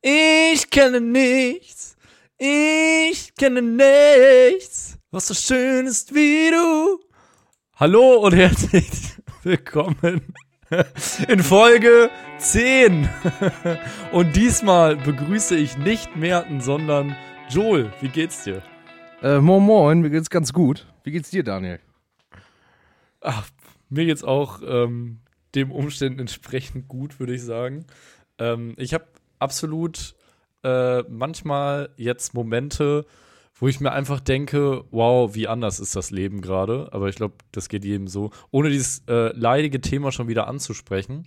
Ich kenne nichts, ich kenne nichts, was so schön ist wie du. Hallo und herzlich willkommen in Folge 10. Und diesmal begrüße ich nicht Merten, sondern Joel. Wie geht's dir? Moin, moin, mir geht's ganz gut. Wie geht's dir, Daniel? Ach, mir geht's auch dem Umständen entsprechend gut, würde ich sagen. Ich habe absolut manchmal jetzt Momente, wo ich mir einfach denke, wow, wie anders ist das Leben gerade. Aber ich glaube, das geht jedem so. Ohne dieses leidige Thema schon wieder anzusprechen.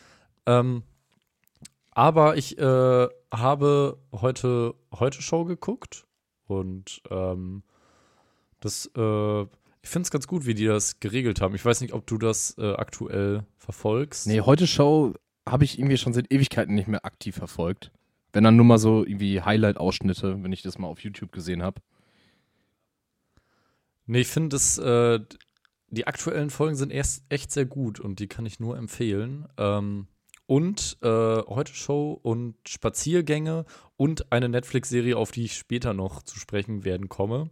Aber ich habe heute Show geguckt und ich finde es ganz gut, wie die das geregelt haben. Ich weiß nicht, ob du das aktuell verfolgst. Nee, heute Show habe ich irgendwie schon seit Ewigkeiten nicht mehr aktiv verfolgt. Wenn dann nur mal so irgendwie Highlight-Ausschnitte, wenn ich das mal auf YouTube gesehen habe. Nee, ich finde, die aktuellen Folgen sind echt sehr gut und die kann ich nur empfehlen. Und heute Show und Spaziergänge und eine Netflix-Serie, auf die ich später noch zu sprechen werden komme.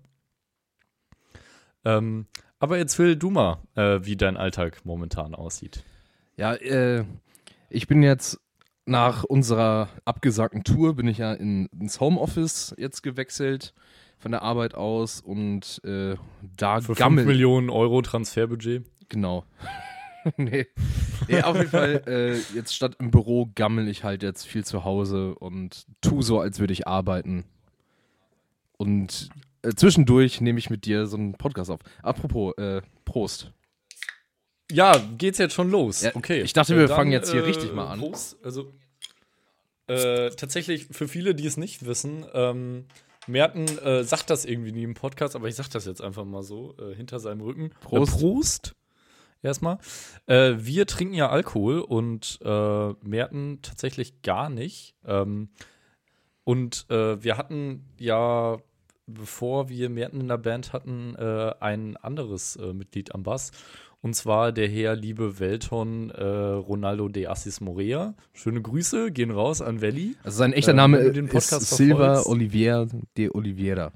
Aber erzähl du mal, wie dein Alltag momentan aussieht. Ja, ich bin jetzt nach unserer abgesagten Tour, bin ich ja ins Homeoffice jetzt gewechselt von der Arbeit aus und da Für 5 gammel. Millionen Euro Transferbudget. Genau. Nee, auf jeden Fall, jetzt statt im Büro gammel ich halt jetzt viel zu Hause und tu so, als würde ich arbeiten. Und zwischendurch nehme ich mit dir so einen Podcast auf. Apropos, Prost. Ja, geht's jetzt schon los? Ja, Okay. ich dachte, wir fangen jetzt hier richtig mal an. Prost. Also, tatsächlich, für viele, die es nicht wissen, Merten sagt das irgendwie nie im Podcast, aber ich sag das jetzt einfach mal so, hinter seinem Rücken. Prost. Prost. Erstmal. Wir trinken ja Alkohol und Merten tatsächlich gar nicht. Und wir hatten ja, bevor wir Merten in der Band hatten, ein anderes Mitglied am Bass. Und zwar der Herr liebe Welton Ronaldo de Assis Morea. Schöne Grüße, gehen raus an Welli. Also sein echter Name wenn du den ist Podcast Silva verfolgst. Olivier de Oliveira.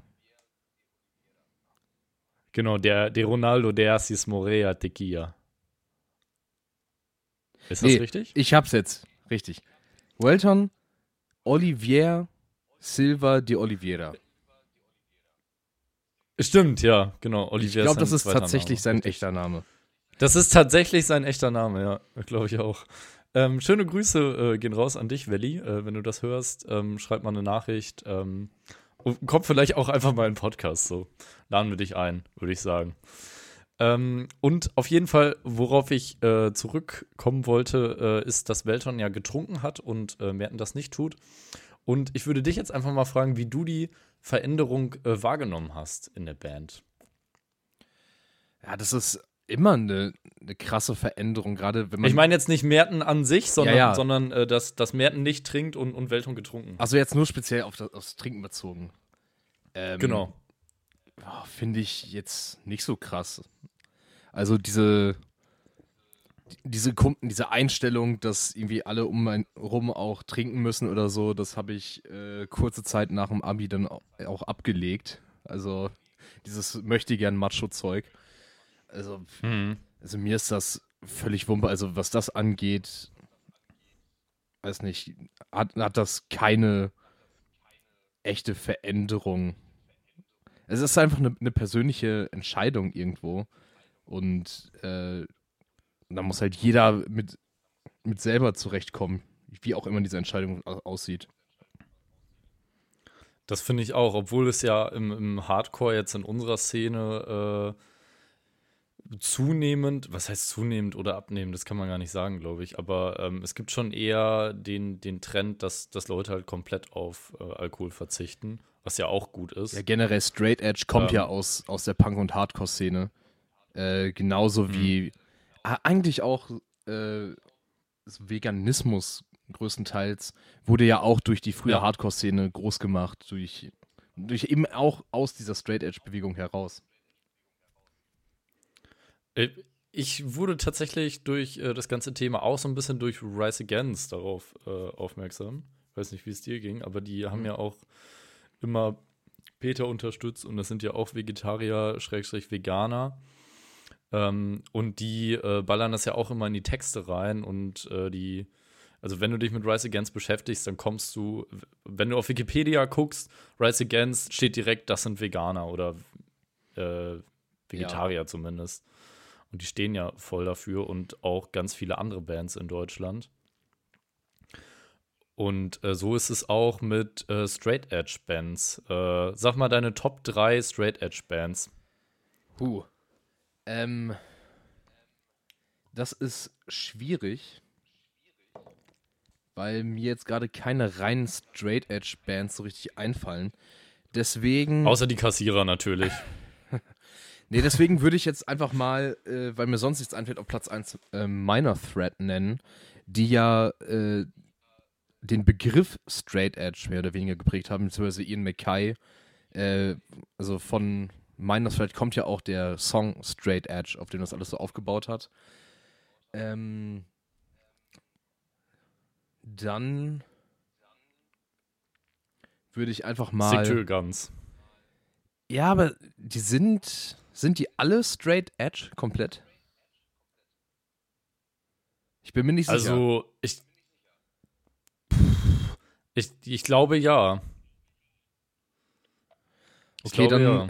Genau, der Ronaldo de Assis Morea Tequila. Ist das richtig? Ich hab's jetzt. Richtig. Welton Olivier Silva de Oliveira. Stimmt, ja, genau. Olivier Ich glaube, das sein ist zweiter tatsächlich Name. sein Richtig. echter Name. Das ist tatsächlich sein echter Name, ja, glaube ich auch. Schöne Grüße gehen raus an dich, Welli. Wenn du das hörst, schreib mal eine Nachricht. Und komm vielleicht auch einfach mal in den Podcast. So, laden wir dich ein, würde ich sagen. Und auf jeden Fall, worauf ich zurückkommen wollte, ist, dass Welton ja getrunken hat und Merten das nicht tut. Und ich würde dich jetzt einfach mal fragen, wie du die Veränderung wahrgenommen hast in der Band. Ja, das ist immer eine krasse Veränderung, gerade wenn man. Ich meine jetzt nicht Merten an sich, sondern, Ja. sondern dass Merten nicht trinkt und Welton getrunken. Also jetzt nur speziell aufs Trinken bezogen. Genau. Finde ich jetzt nicht so krass. Also diese Einstellung, dass irgendwie alle um einen rum auch trinken müssen oder so, das habe ich kurze Zeit nach dem Abi dann auch abgelegt. Also dieses möchtegern Macho-Zeug. Also mir ist das völlig Wumpe. Also was das angeht, weiß nicht, hat das keine echte Veränderung. Es ist einfach eine persönliche Entscheidung irgendwo. Und da muss halt jeder mit selber zurechtkommen, wie auch immer diese Entscheidung aussieht. Das finde ich auch, obwohl es ja im Hardcore jetzt in unserer Szene zunehmend, was heißt zunehmend oder abnehmend, das kann man gar nicht sagen, glaube ich, aber es gibt schon eher den Trend, dass Leute halt komplett auf Alkohol verzichten, was ja auch gut ist. Ja, generell Straight Edge kommt ja aus der Punk- und Hardcore-Szene. Genauso wie eigentlich auch Veganismus größtenteils wurde ja auch durch die frühe Hardcore-Szene groß gemacht, durch eben auch aus dieser Straight Edge-Bewegung heraus. Ich wurde tatsächlich durch das ganze Thema auch so ein bisschen durch Rise Against darauf aufmerksam. weiß nicht, wie es dir ging, aber die haben ja auch immer Peter unterstützt und das sind ja auch Vegetarier, Schrägstrich Veganer. Und die ballern das ja auch immer in die Texte rein und also wenn du dich mit Rise Against beschäftigst, dann kommst du, wenn du auf Wikipedia guckst, Rise Against steht direkt, das sind Veganer oder Vegetarier zumindest. Und die stehen ja voll dafür und auch ganz viele andere Bands in Deutschland. Und so ist es auch mit Straight Edge Bands. Sag mal deine Top 3 Straight Edge Bands. Das ist schwierig, weil mir jetzt gerade keine reinen Straight Edge Bands so richtig einfallen. Deswegen. Außer die Kassierer natürlich. Nee, deswegen würde ich jetzt einfach mal, weil mir sonst nichts einfällt, auf Platz 1 Minor Threat nennen, die ja den Begriff Straight Edge mehr oder weniger geprägt haben, beziehungsweise Ian MacKaye. Also von Minor Threat kommt ja auch der Song Straight Edge, auf dem das alles so aufgebaut hat. Dann würde ich einfach mal. Sick to Guns. Ja, aber die sind die alle Straight Edge komplett? Ich bin mir nicht sicher. Also, ich glaube ja. Okay,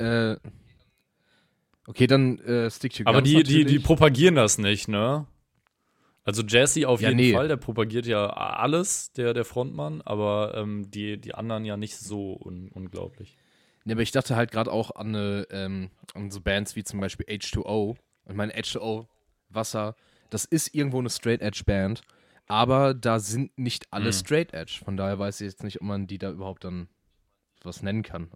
dann Stick to Guns. Aber die propagieren das nicht, ne? Also Jesse auf jeden Fall, der propagiert ja alles, der Frontmann, aber die anderen ja nicht so unglaublich. Ne, aber ich dachte halt gerade auch an so Bands wie zum Beispiel H2O. Und meine H2O, Wasser, das ist irgendwo eine Straight Edge Band, aber da sind nicht alle Straight Edge. Von daher weiß ich jetzt nicht, ob man die da überhaupt dann was nennen kann.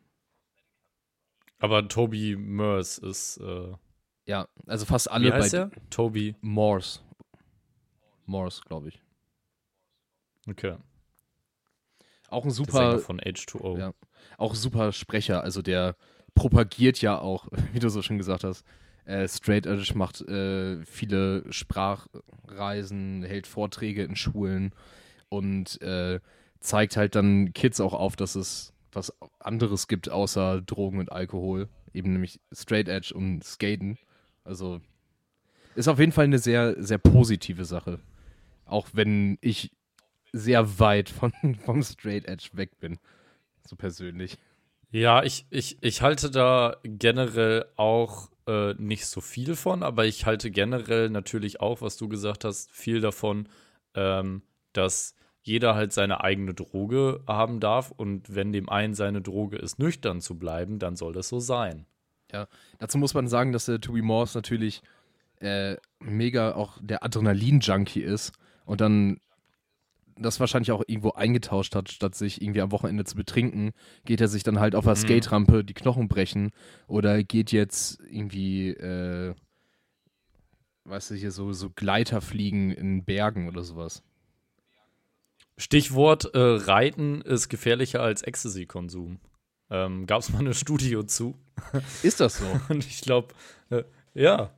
Aber Toby Murs ist ja, also fast alle. Wie heißt der? Toby Morse, glaube ich. Okay. Auch ein super. Der Sänger von H2O. Ja, auch super Sprecher. Also der propagiert ja auch, wie du so schon gesagt hast, Straight Edge, macht viele Sprachreisen, hält Vorträge in Schulen und zeigt halt dann Kids auch auf, dass es was anderes gibt außer Drogen und Alkohol. Eben nämlich Straight Edge und Skaten. Also ist auf jeden Fall eine sehr, sehr positive Sache. Auch wenn ich sehr weit vom Straight Edge weg bin. So persönlich. Ja, ich halte da generell auch nicht so viel von, aber ich halte generell natürlich auch, was du gesagt hast, viel davon, dass jeder halt seine eigene Droge haben darf und wenn dem einen seine Droge ist, nüchtern zu bleiben, dann soll das so sein. Ja, dazu muss man sagen, dass der Toby Morse natürlich mega auch der Adrenalin-Junkie ist und dann das wahrscheinlich auch irgendwo eingetauscht hat, statt sich irgendwie am Wochenende zu betrinken, geht er sich dann halt auf der Skate-Rampe die Knochen brechen oder geht jetzt irgendwie, weißt du, hier so Gleiter fliegen in Bergen oder sowas. Stichwort Reiten ist gefährlicher als Ecstasy-Konsum. Gab es mal eine Studie zu. Ist das so? Und ich glaube, ja.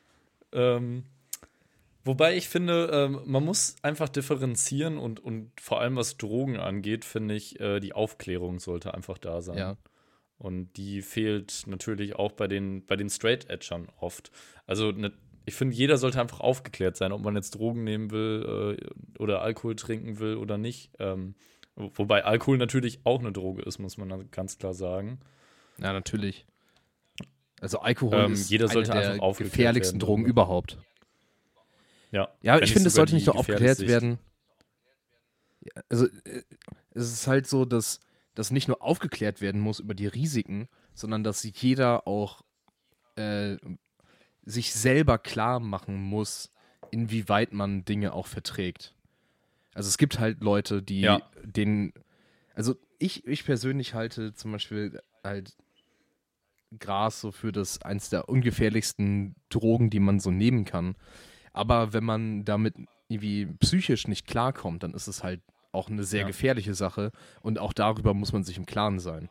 Wobei ich finde, man muss einfach differenzieren und vor allem was Drogen angeht, finde ich, die Aufklärung sollte einfach da sein. Ja. Und die fehlt natürlich auch bei den Straight-Edgern oft. Also ich finde, jeder sollte einfach aufgeklärt sein, ob man jetzt Drogen nehmen will oder Alkohol trinken will oder nicht. Wobei Alkohol natürlich auch eine Droge ist, muss man dann ganz klar sagen. Ja, natürlich. Also Alkohol ist jeder sollte eine einfach der gefährlichsten Drogen überhaupt. Ja, ich finde, es sollte nicht nur aufgeklärt werden. Ja, also es ist halt so, dass nicht nur aufgeklärt werden muss über die Risiken, sondern dass jeder auch sich selber klar machen muss, inwieweit man Dinge auch verträgt. Also es gibt halt Leute, die also ich persönlich halte zum Beispiel halt Gras so für eins der ungefährlichsten Drogen, die man so nehmen kann. Aber wenn man damit irgendwie psychisch nicht klarkommt, dann ist es halt auch eine sehr gefährliche Sache und auch darüber muss man sich im Klaren sein.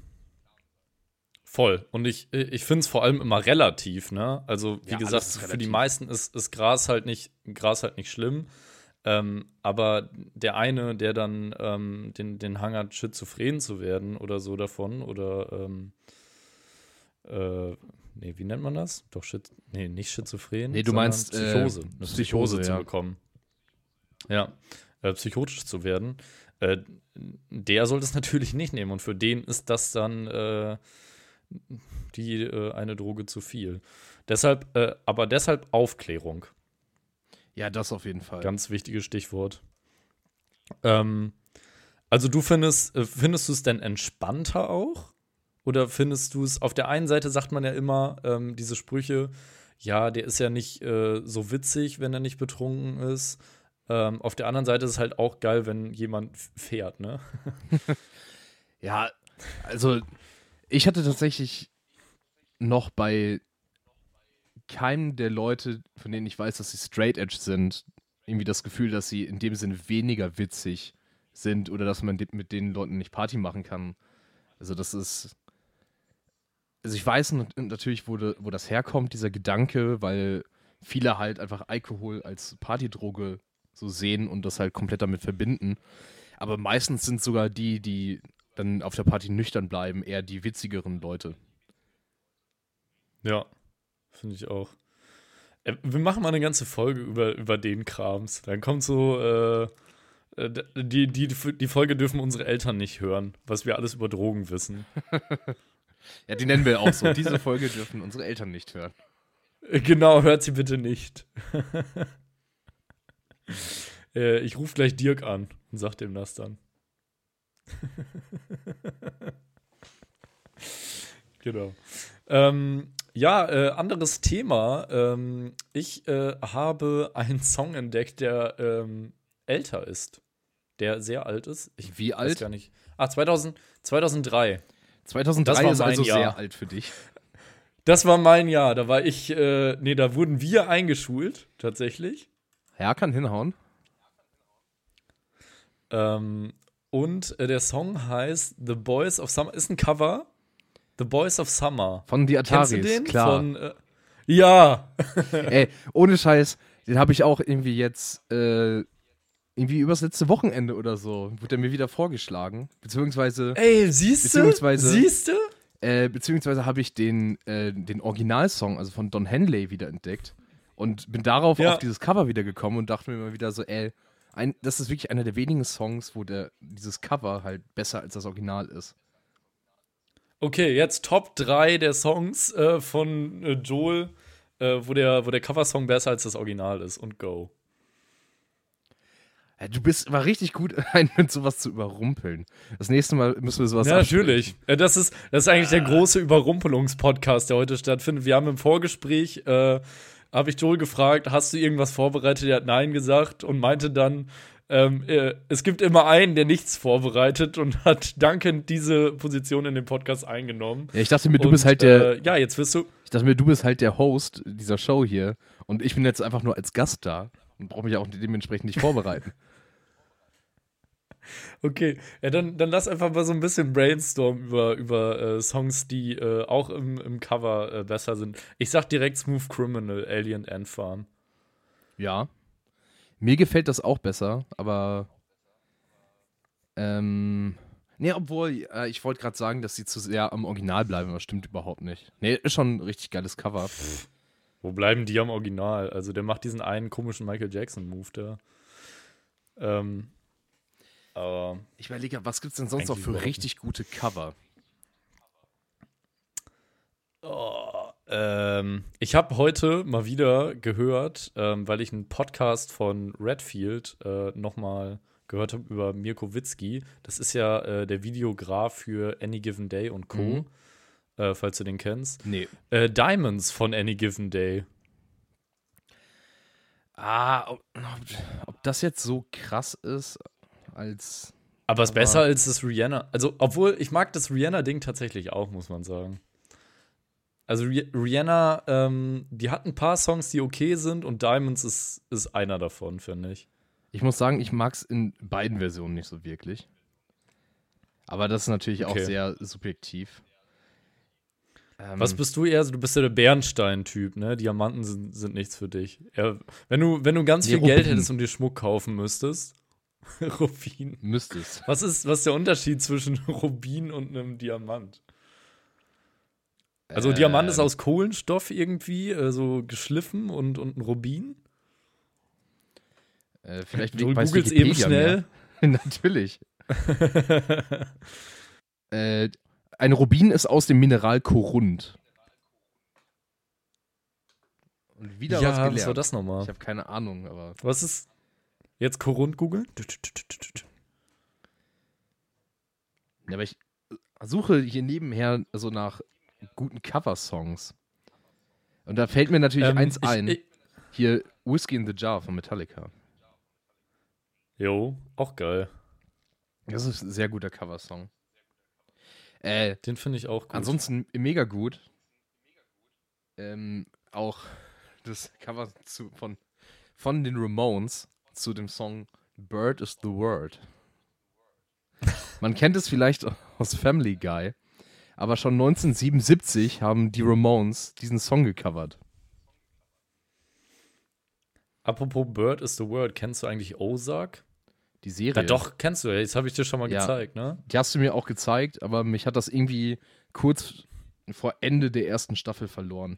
Voll. Und ich finde es vor allem immer relativ, ne? Also, wie gesagt, für die meisten ist Gras halt nicht schlimm. Aber der eine, der dann den Hang hat, schizophren zu werden oder so davon, oder nee, wie nennt man das? Doch, nicht schizophren, Nee, du meinst Psychose. Eine Psychose zu ja. bekommen. Ja, psychotisch zu werden. Der sollte es natürlich nicht nehmen. Und für den ist das dann eine Droge zu viel. Aber deshalb Aufklärung. Ja, das auf jeden Fall. Ganz wichtiges Stichwort. Also du findest du es denn entspannter auch? Oder findest du es, auf der einen Seite sagt man ja immer diese Sprüche, ja, der ist ja nicht so witzig, wenn er nicht betrunken ist. Auf der anderen Seite ist es halt auch geil, wenn jemand fährt, ne? Ja, also ich hatte tatsächlich noch bei keinem der Leute, von denen ich weiß, dass sie straight edge sind, irgendwie das Gefühl, dass sie in dem Sinne weniger witzig sind oder dass man mit den Leuten nicht Party machen kann. Also das ist, also ich weiß natürlich, wo das herkommt, dieser Gedanke, weil viele halt einfach Alkohol als Partydroge so sehen und das halt komplett damit verbinden. Aber meistens sind sogar die dann auf der Party nüchtern bleiben, eher die witzigeren Leute. Ja, finde ich auch. Wir machen mal eine ganze Folge über den Krams. Dann kommt so, die Folge dürfen unsere Eltern nicht hören, was wir alles über Drogen wissen. Ja, die nennen wir auch so. Diese Folge dürfen unsere Eltern nicht hören. Genau, hört sie bitte nicht. Ich rufe gleich Dirk an und sag dem das dann. Genau. Anderes Thema. Ich habe einen Song entdeckt, der älter ist. Der sehr alt ist. Ich Wie alt? weiß gar nicht. 2003. 2003 ist also Jahr. sehr alt für dich. Das war mein Jahr. Da war ich, da wurden wir eingeschult, tatsächlich. Ja, kann hinhauen. Und der Song heißt The Boys of Summer. Ist ein Cover. The Boys of Summer. Von die Ataris, Kennst du den? klar. Ja. Ey, ohne Scheiß, den habe ich auch irgendwie jetzt, irgendwie übers letzte Wochenende oder so, wurde er mir wieder vorgeschlagen. Beziehungsweise. Ey, siehst du? Beziehungsweise habe ich den Originalsong, also von Don Henley, wieder entdeckt. Und bin darauf auf dieses Cover wieder gekommen und dachte mir immer wieder so, das ist wirklich einer der wenigen Songs, wo dieses Cover halt besser als das Original ist. Okay, jetzt Top 3 der Songs von Joel, wo der Coversong besser als das Original ist. Und go. Ja, war richtig gut, einen mit sowas zu überrumpeln. Das nächste Mal müssen wir sowas absprechen. Natürlich. Das ist eigentlich der große Überrumpelungspodcast, der heute stattfindet. Wir haben im Vorgespräch, habe ich Joel gefragt, hast du irgendwas vorbereitet? Er hat Nein gesagt und meinte dann, es gibt immer einen, der nichts vorbereitet und hat dankend diese Position in dem Podcast eingenommen. Ja, ich dachte mir, du bist halt der. Jetzt wirst du. Ich dachte mir, du bist halt der Host dieser Show hier und ich bin jetzt einfach nur als Gast da und brauche mich auch dementsprechend nicht vorbereiten. Okay, ja, dann lass einfach mal so ein bisschen brainstormen über Songs, die auch im Cover besser sind. Ich sag direkt Smooth Criminal, Alien Ant Farm. Ja. Mir gefällt das auch besser, aber nee, obwohl, ich wollte gerade sagen, dass sie zu sehr am Original bleiben, aber stimmt überhaupt nicht. Nee, ist schon ein richtig geiles Cover. Wo bleiben die am Original? Also der macht diesen einen komischen Michael Jackson-Move da. Aber ich überlege, was gibt's denn sonst noch für richtig gute Cover? Ich habe heute mal wieder gehört, weil ich einen Podcast von Redfield nochmal gehört habe über Mirko Witzki. Das ist ja der Videograf für Any Given Day und Co., falls du den kennst. Nee. Diamonds von Any Given Day. Ob das jetzt so krass ist als. Aber es ist besser als das Rihanna. Also, obwohl, ich mag das Rihanna-Ding tatsächlich auch, muss man sagen. Also Rihanna, die hat ein paar Songs, die okay sind und Diamonds ist einer davon, finde ich. Ich muss sagen, ich mag es in beiden Versionen nicht so wirklich. Aber das ist natürlich auch sehr subjektiv. Was bist du eher? Du bist ja der Bernstein-Typ, ne? Diamanten sind nichts für dich. Wenn du ganz viel Geld Rubin. hättest und dir Schmuck kaufen müsstest. Rubin. Müsstest. Was ist der Unterschied zwischen Rubin und einem Diamant? Also Diamant ist aus Kohlenstoff irgendwie, so geschliffen und ein Rubin. Vielleicht Du weiß googelst eben Wikipedia schnell. mehr. Natürlich. Ein Rubin ist aus dem Mineral Korund. Und wieder was gelernt. Was war das nochmal? Ich habe keine Ahnung, aber. Was ist jetzt Korund googeln? Ja, aber ich suche hier nebenher so nach guten Cover-Songs. Und da fällt mir natürlich eins ein. Hier Whiskey in the Jar von Metallica. Jo, auch geil. Das ist ein sehr guter Coversong. Den finde ich auch gut. Ansonsten mega gut. Auch das Cover von den Ramones zu dem Song Bird is the Word. Man kennt es vielleicht aus Family Guy, aber schon 1977 haben die Ramones diesen Song gecovert. Apropos Bird is the Word, kennst du eigentlich Ozark? Die Serie. Ja, doch, kennst du ja. Jetzt habe ich dir schon mal gezeigt, ne? Die hast du mir auch gezeigt, aber mich hat das irgendwie kurz vor Ende der ersten Staffel verloren.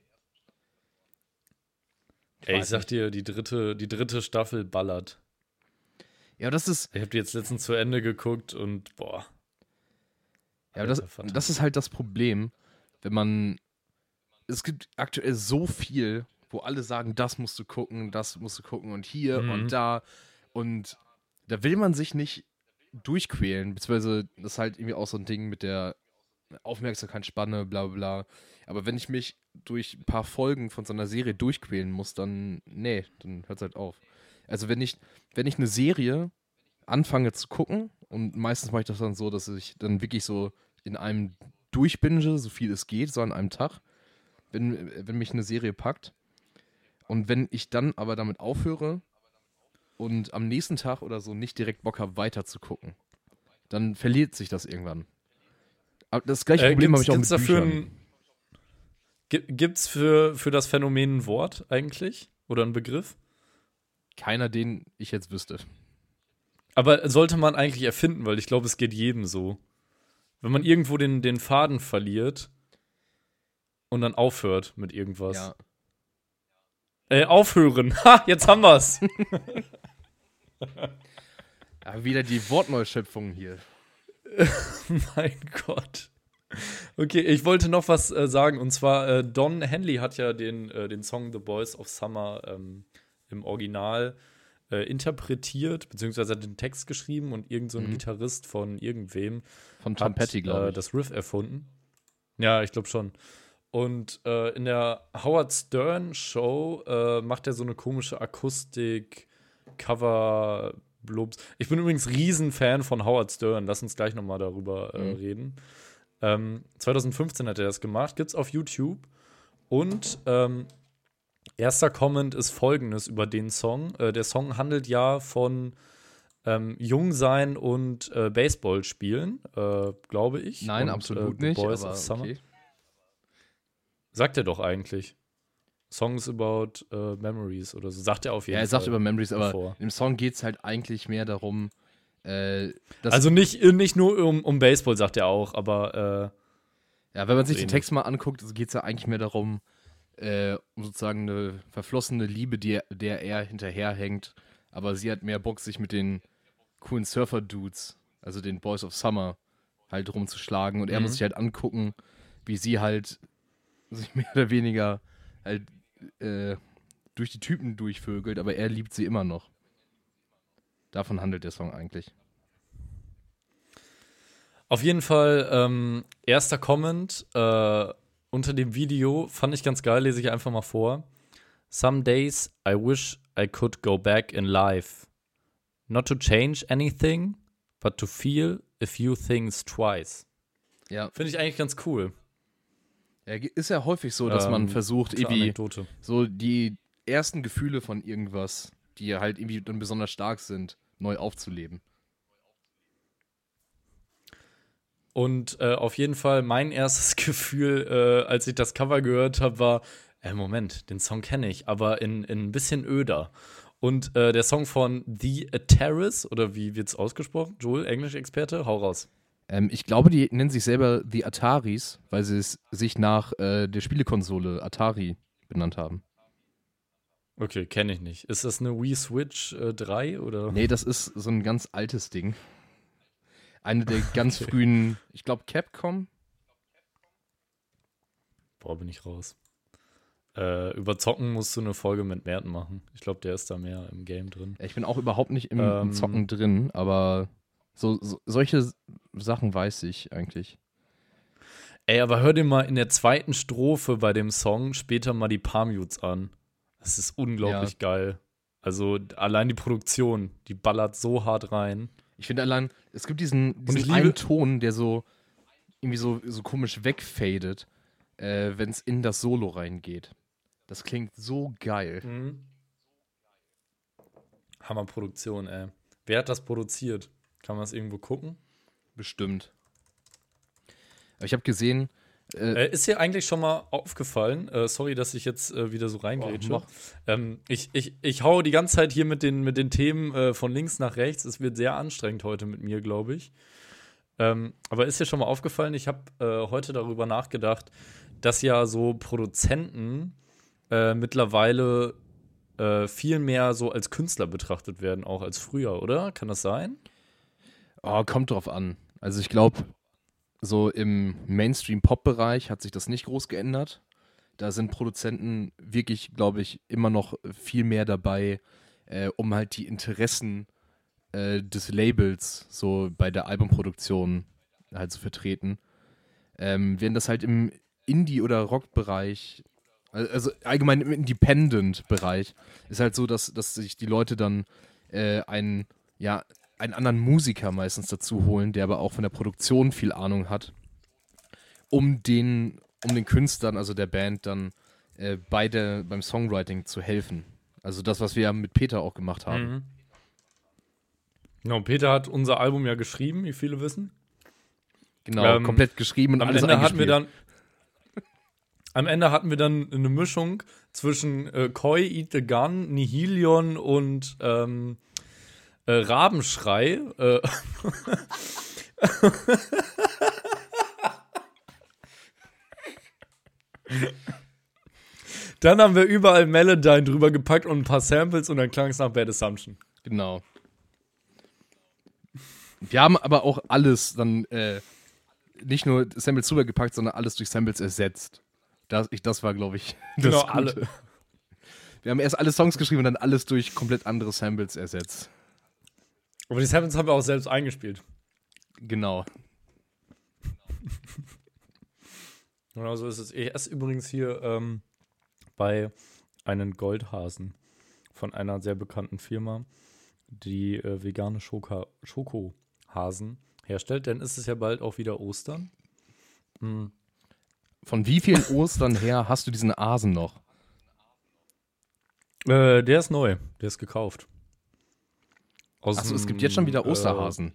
Ich sag dir, die dritte Staffel ballert. Ja, das ist. Ich habe die jetzt letztens zu Ende geguckt und boah. Ja, das ist halt das Problem, wenn man. Es gibt aktuell so viel, wo alle sagen, das musst du gucken und hier und da. Und da will man sich nicht durchquälen, beziehungsweise das ist halt irgendwie auch so ein Ding mit der Aufmerksamkeitsspanne, bla bla bla. Aber wenn ich mich durch ein paar Folgen von so einer Serie durchquälen muss, dann hört es halt auf. Also wenn ich eine Serie anfange zu gucken, und meistens mache ich das dann so, dass ich dann wirklich so in einem durchbinge, so viel es geht, so an einem Tag, wenn mich eine Serie packt. Und wenn ich dann aber damit aufhöre und am nächsten Tag oder so nicht direkt Bock habe, weiter zu gucken, dann verliert sich das irgendwann. Aber das gleiche Problem habe ich auch mit Büchern. Gibt's für das Phänomen ein Wort eigentlich? Oder ein Begriff? Keiner, den ich jetzt wüsste. Aber sollte man eigentlich erfinden, weil ich glaube, es geht jedem so. Wenn man irgendwo den Faden verliert und dann aufhört mit irgendwas. Ja. Aufhören. Ha, jetzt haben wir's. Ja, wieder die Wortneuschöpfung hier. Mein Gott. Okay, ich wollte noch was sagen. Und zwar, Don Henley hat ja den Song The Boys of Summer im Original interpretiert, beziehungsweise hat den Text geschrieben und irgend so ein Gitarrist von irgendwem von Tom Petty, glaube ich. Das Riff erfunden. Ja, ich glaube schon. Und in der Howard Stern Show macht er so eine komische Akustik-Cover-Blubs. Ich bin übrigens Riesenfan von Howard Stern. Lass uns gleich nochmal darüber reden. 2015 hat er das gemacht. Gibt's auf YouTube. Und erster Comment ist folgendes über den Song. Der Song handelt ja von Jungsein und Baseball spielen, glaube ich. Nein, und, absolut The nicht. Boys Aber of Summer. okay. Sagt er doch eigentlich. Songs about Memories oder so. Sagt er auf jeden Fall. Ja, er sagt über Memories, aber davor. im Song geht es halt eigentlich mehr darum, dass. Also nicht nur um Baseball, sagt er auch, aber ja, wenn man sich so den Text mal anguckt, geht es ja eigentlich mehr darum, um sozusagen eine verflossene Liebe, der er hinterherhängt. Aber sie hat mehr Bock, sich mit den coolen Surfer-Dudes, also den Boys of Summer, halt rumzuschlagen. Und er muss sich halt angucken, wie sie halt sich mehr oder weniger halt durch die Typen durchvögelt, aber er liebt sie immer noch. Davon handelt der Song eigentlich. auf jeden Fall erster Comment unter dem Video, fand ich ganz geil, lese ich einfach mal vor. Some days I wish I could go back in life. Not to change anything, but to feel a few things twice. Ja. Finde ich eigentlich ganz cool. Ja, ist ja häufig so, dass man versucht, irgendwie Anekdote. so die ersten Gefühle von irgendwas, die halt irgendwie dann besonders stark sind, neu aufzuleben. Und auf jeden Fall mein erstes Gefühl, als ich das Cover gehört habe, war, Moment, den Song kenne ich, aber in ein bisschen öder. Und der Song von The Terrace, oder wie wird's ausgesprochen? Joel, Englisch-Experte, hau raus. Ich glaube, die nennen sich selber The Ataris, weil sie es sich nach der Spielekonsole Atari benannt haben. Okay, kenne ich nicht. Ist das eine Wii Switch 3 oder? Nee, das ist so ein ganz altes Ding. Eine der ganz frühen, ich glaube Capcom. Boah, bin ich raus. Über Zocken musst du eine Folge mit Merten machen. Ich glaube, der ist da mehr im Game drin. Ich bin auch überhaupt nicht im Zocken drin, aber solche Sachen weiß ich eigentlich. Ey, aber hör dir mal in der zweiten Strophe bei dem Song später mal die Palmutes an. Das ist unglaublich geil. Also allein die Produktion, die ballert so hart rein. Ich finde allein, es gibt diesen einen Ton, der so irgendwie so komisch wegfadet, wenn es in das Solo reingeht. Das klingt so geil. Mhm. Hammerproduktion, ey. Wer hat das produziert? Kann man das irgendwo gucken? Bestimmt. Aber ich habe gesehen. Ist dir eigentlich schon mal aufgefallen, sorry, dass ich jetzt wieder so reingrätsche. Ich hau die ganze Zeit hier mit den Themen von links nach rechts. Es wird sehr anstrengend heute mit mir, glaube ich. Aber ist dir schon mal aufgefallen, ich habe heute darüber nachgedacht, dass ja so Produzenten mittlerweile viel mehr so als Künstler betrachtet werden, auch als früher, oder? Kann das sein? Oh, kommt drauf an. Also ich glaube, so im Mainstream-Pop-Bereich hat sich das nicht groß geändert. Da sind Produzenten wirklich, glaube ich, immer noch viel mehr dabei, um halt die Interessen des Labels so bei der Albumproduktion halt zu vertreten. Während das halt im Indie- oder Rock-Bereich, also allgemein im Independent-Bereich, ist halt so, dass sich die Leute dann einen anderen Musiker meistens dazu holen, der aber auch von der Produktion viel Ahnung hat, um den Künstlern, also der Band, dann beim Songwriting zu helfen. Also das, was wir ja mit Peter auch gemacht haben. Mhm. Genau, Peter hat unser Album ja geschrieben, wie viele wissen. Genau, komplett geschrieben und alles eingespielt. Am Ende hatten wir dann eine Mischung zwischen Koi, Eat the Gun, Nihilion und Rabenschrei. Dann haben wir überall Melodyne drüber gepackt und ein paar Samples und dann klang es nach Bad Assumption. Genau. Wir haben aber auch alles dann nicht nur Samples drüber gepackt, sondern alles durch Samples ersetzt. Das war, glaube ich, das Genau, Gute. alle. Wir haben erst alle Songs geschrieben und dann alles durch komplett andere Samples ersetzt. Aber die Samples haben wir auch selbst eingespielt. Genau. Genau so ist es. Ich esse übrigens hier bei einem Goldhasen von einer sehr bekannten Firma, die vegane Schokohasen herstellt. Denn ist es ja bald auch wieder Ostern. Mhm. Von wie vielen Ostern her hast du diesen Hasen noch? Der ist neu. Der ist gekauft. Achso, es gibt jetzt schon wieder Osterhasen.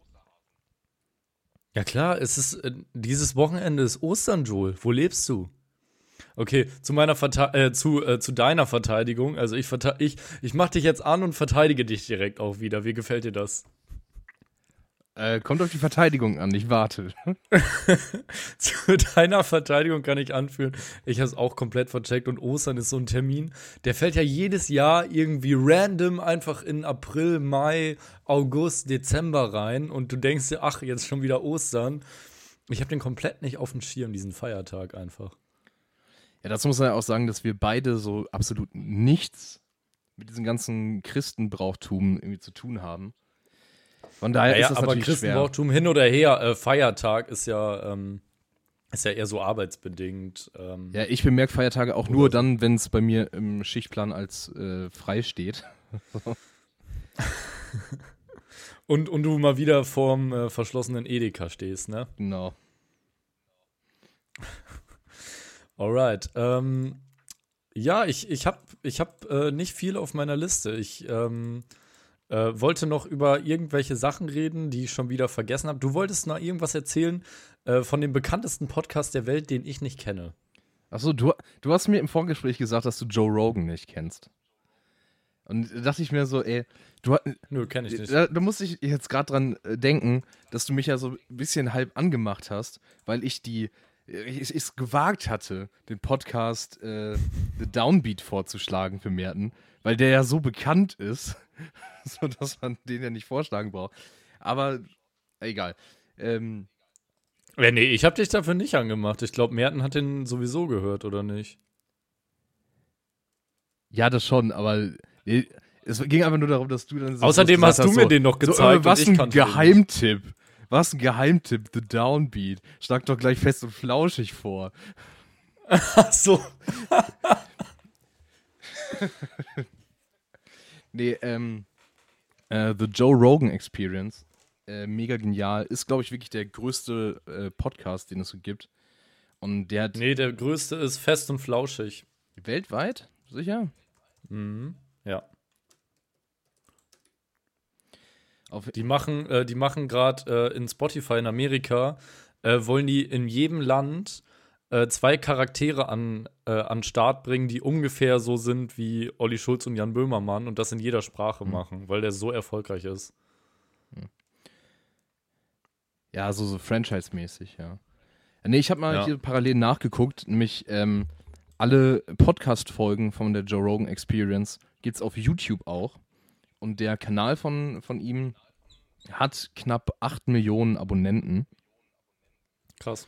Ja klar, es ist dieses Wochenende ist Ostern, Joel. Wo lebst du? Okay, zu deiner Verteidigung. Also ich mach dich jetzt an und verteidige dich direkt auch wieder. Wie gefällt dir das? Kommt auf die Verteidigung an, ich warte. Zu deiner Verteidigung kann ich anführen, ich habe es auch komplett vercheckt und Ostern ist so ein Termin, der fällt ja jedes Jahr irgendwie random einfach in April, Mai, August, Dezember rein und du denkst dir, ach, jetzt schon wieder Ostern. Ich habe den komplett nicht auf dem Schirm, diesen Feiertag einfach. Ja, dazu muss man ja auch sagen, dass wir beide so absolut nichts mit diesem ganzen Christenbrauchtum irgendwie zu tun haben. Von daher ist das aber natürlich schwer. Christenbrauchtum hin oder her, Feiertag ist ja eher so arbeitsbedingt. Ja, ich bemerke Feiertage auch nur dann, wenn es bei mir im Schichtplan als frei steht. und du mal wieder vorm verschlossenen Edeka stehst, ne? Genau. Alright. Ja, ich hab nicht viel auf meiner Liste. wollte noch über irgendwelche Sachen reden, die ich schon wieder vergessen habe. Du wolltest noch irgendwas erzählen von dem bekanntesten Podcast der Welt, den ich nicht kenne. Achso, du hast mir im Vorgespräch gesagt, dass du Joe Rogan nicht kennst. Und da dachte ich mir so, ey, Nö, kenne ich nicht. da musste ich jetzt gerade dran denken, dass du mich ja so ein bisschen halb angemacht hast, weil ich es gewagt hatte, den Podcast The Downbeat vorzuschlagen für Merten, weil der ja so bekannt ist, so dass man den ja nicht vorschlagen braucht. Aber egal. Nee, ich habe dich dafür nicht angemacht. Ich glaube, Merten hat den sowieso gehört, oder nicht? Ja, das schon, aber es ging einfach nur darum, dass du dann so Außerdem hast du mir den noch gezeigt. Was und ich ein Geheimtipp. Was ein Geheimtipp, The Downbeat. Schlag doch gleich fest und flauschig vor. Ach so. Nee, The Joe Rogan Experience. Mega genial. Ist, glaube ich, wirklich der größte Podcast, den es so gibt. Und der hat. Nee, der größte ist Fest und Flauschig. Weltweit? Sicher? Mhm. Ja. Auf Die machen gerade in Spotify in Amerika, wollen die in jedem Land 2 Charaktere an Start bringen, die ungefähr so sind wie Olli Schulz und Jan Böhmermann und das in jeder Sprache machen, weil der so erfolgreich ist. Ja, so Franchise-mäßig, ja. Nee, ich habe mal Ja. hier parallel nachgeguckt, nämlich alle Podcast-Folgen von der Joe Rogan Experience gibt's auf YouTube auch. Und der Kanal von ihm hat knapp 8 Millionen Abonnenten. Krass.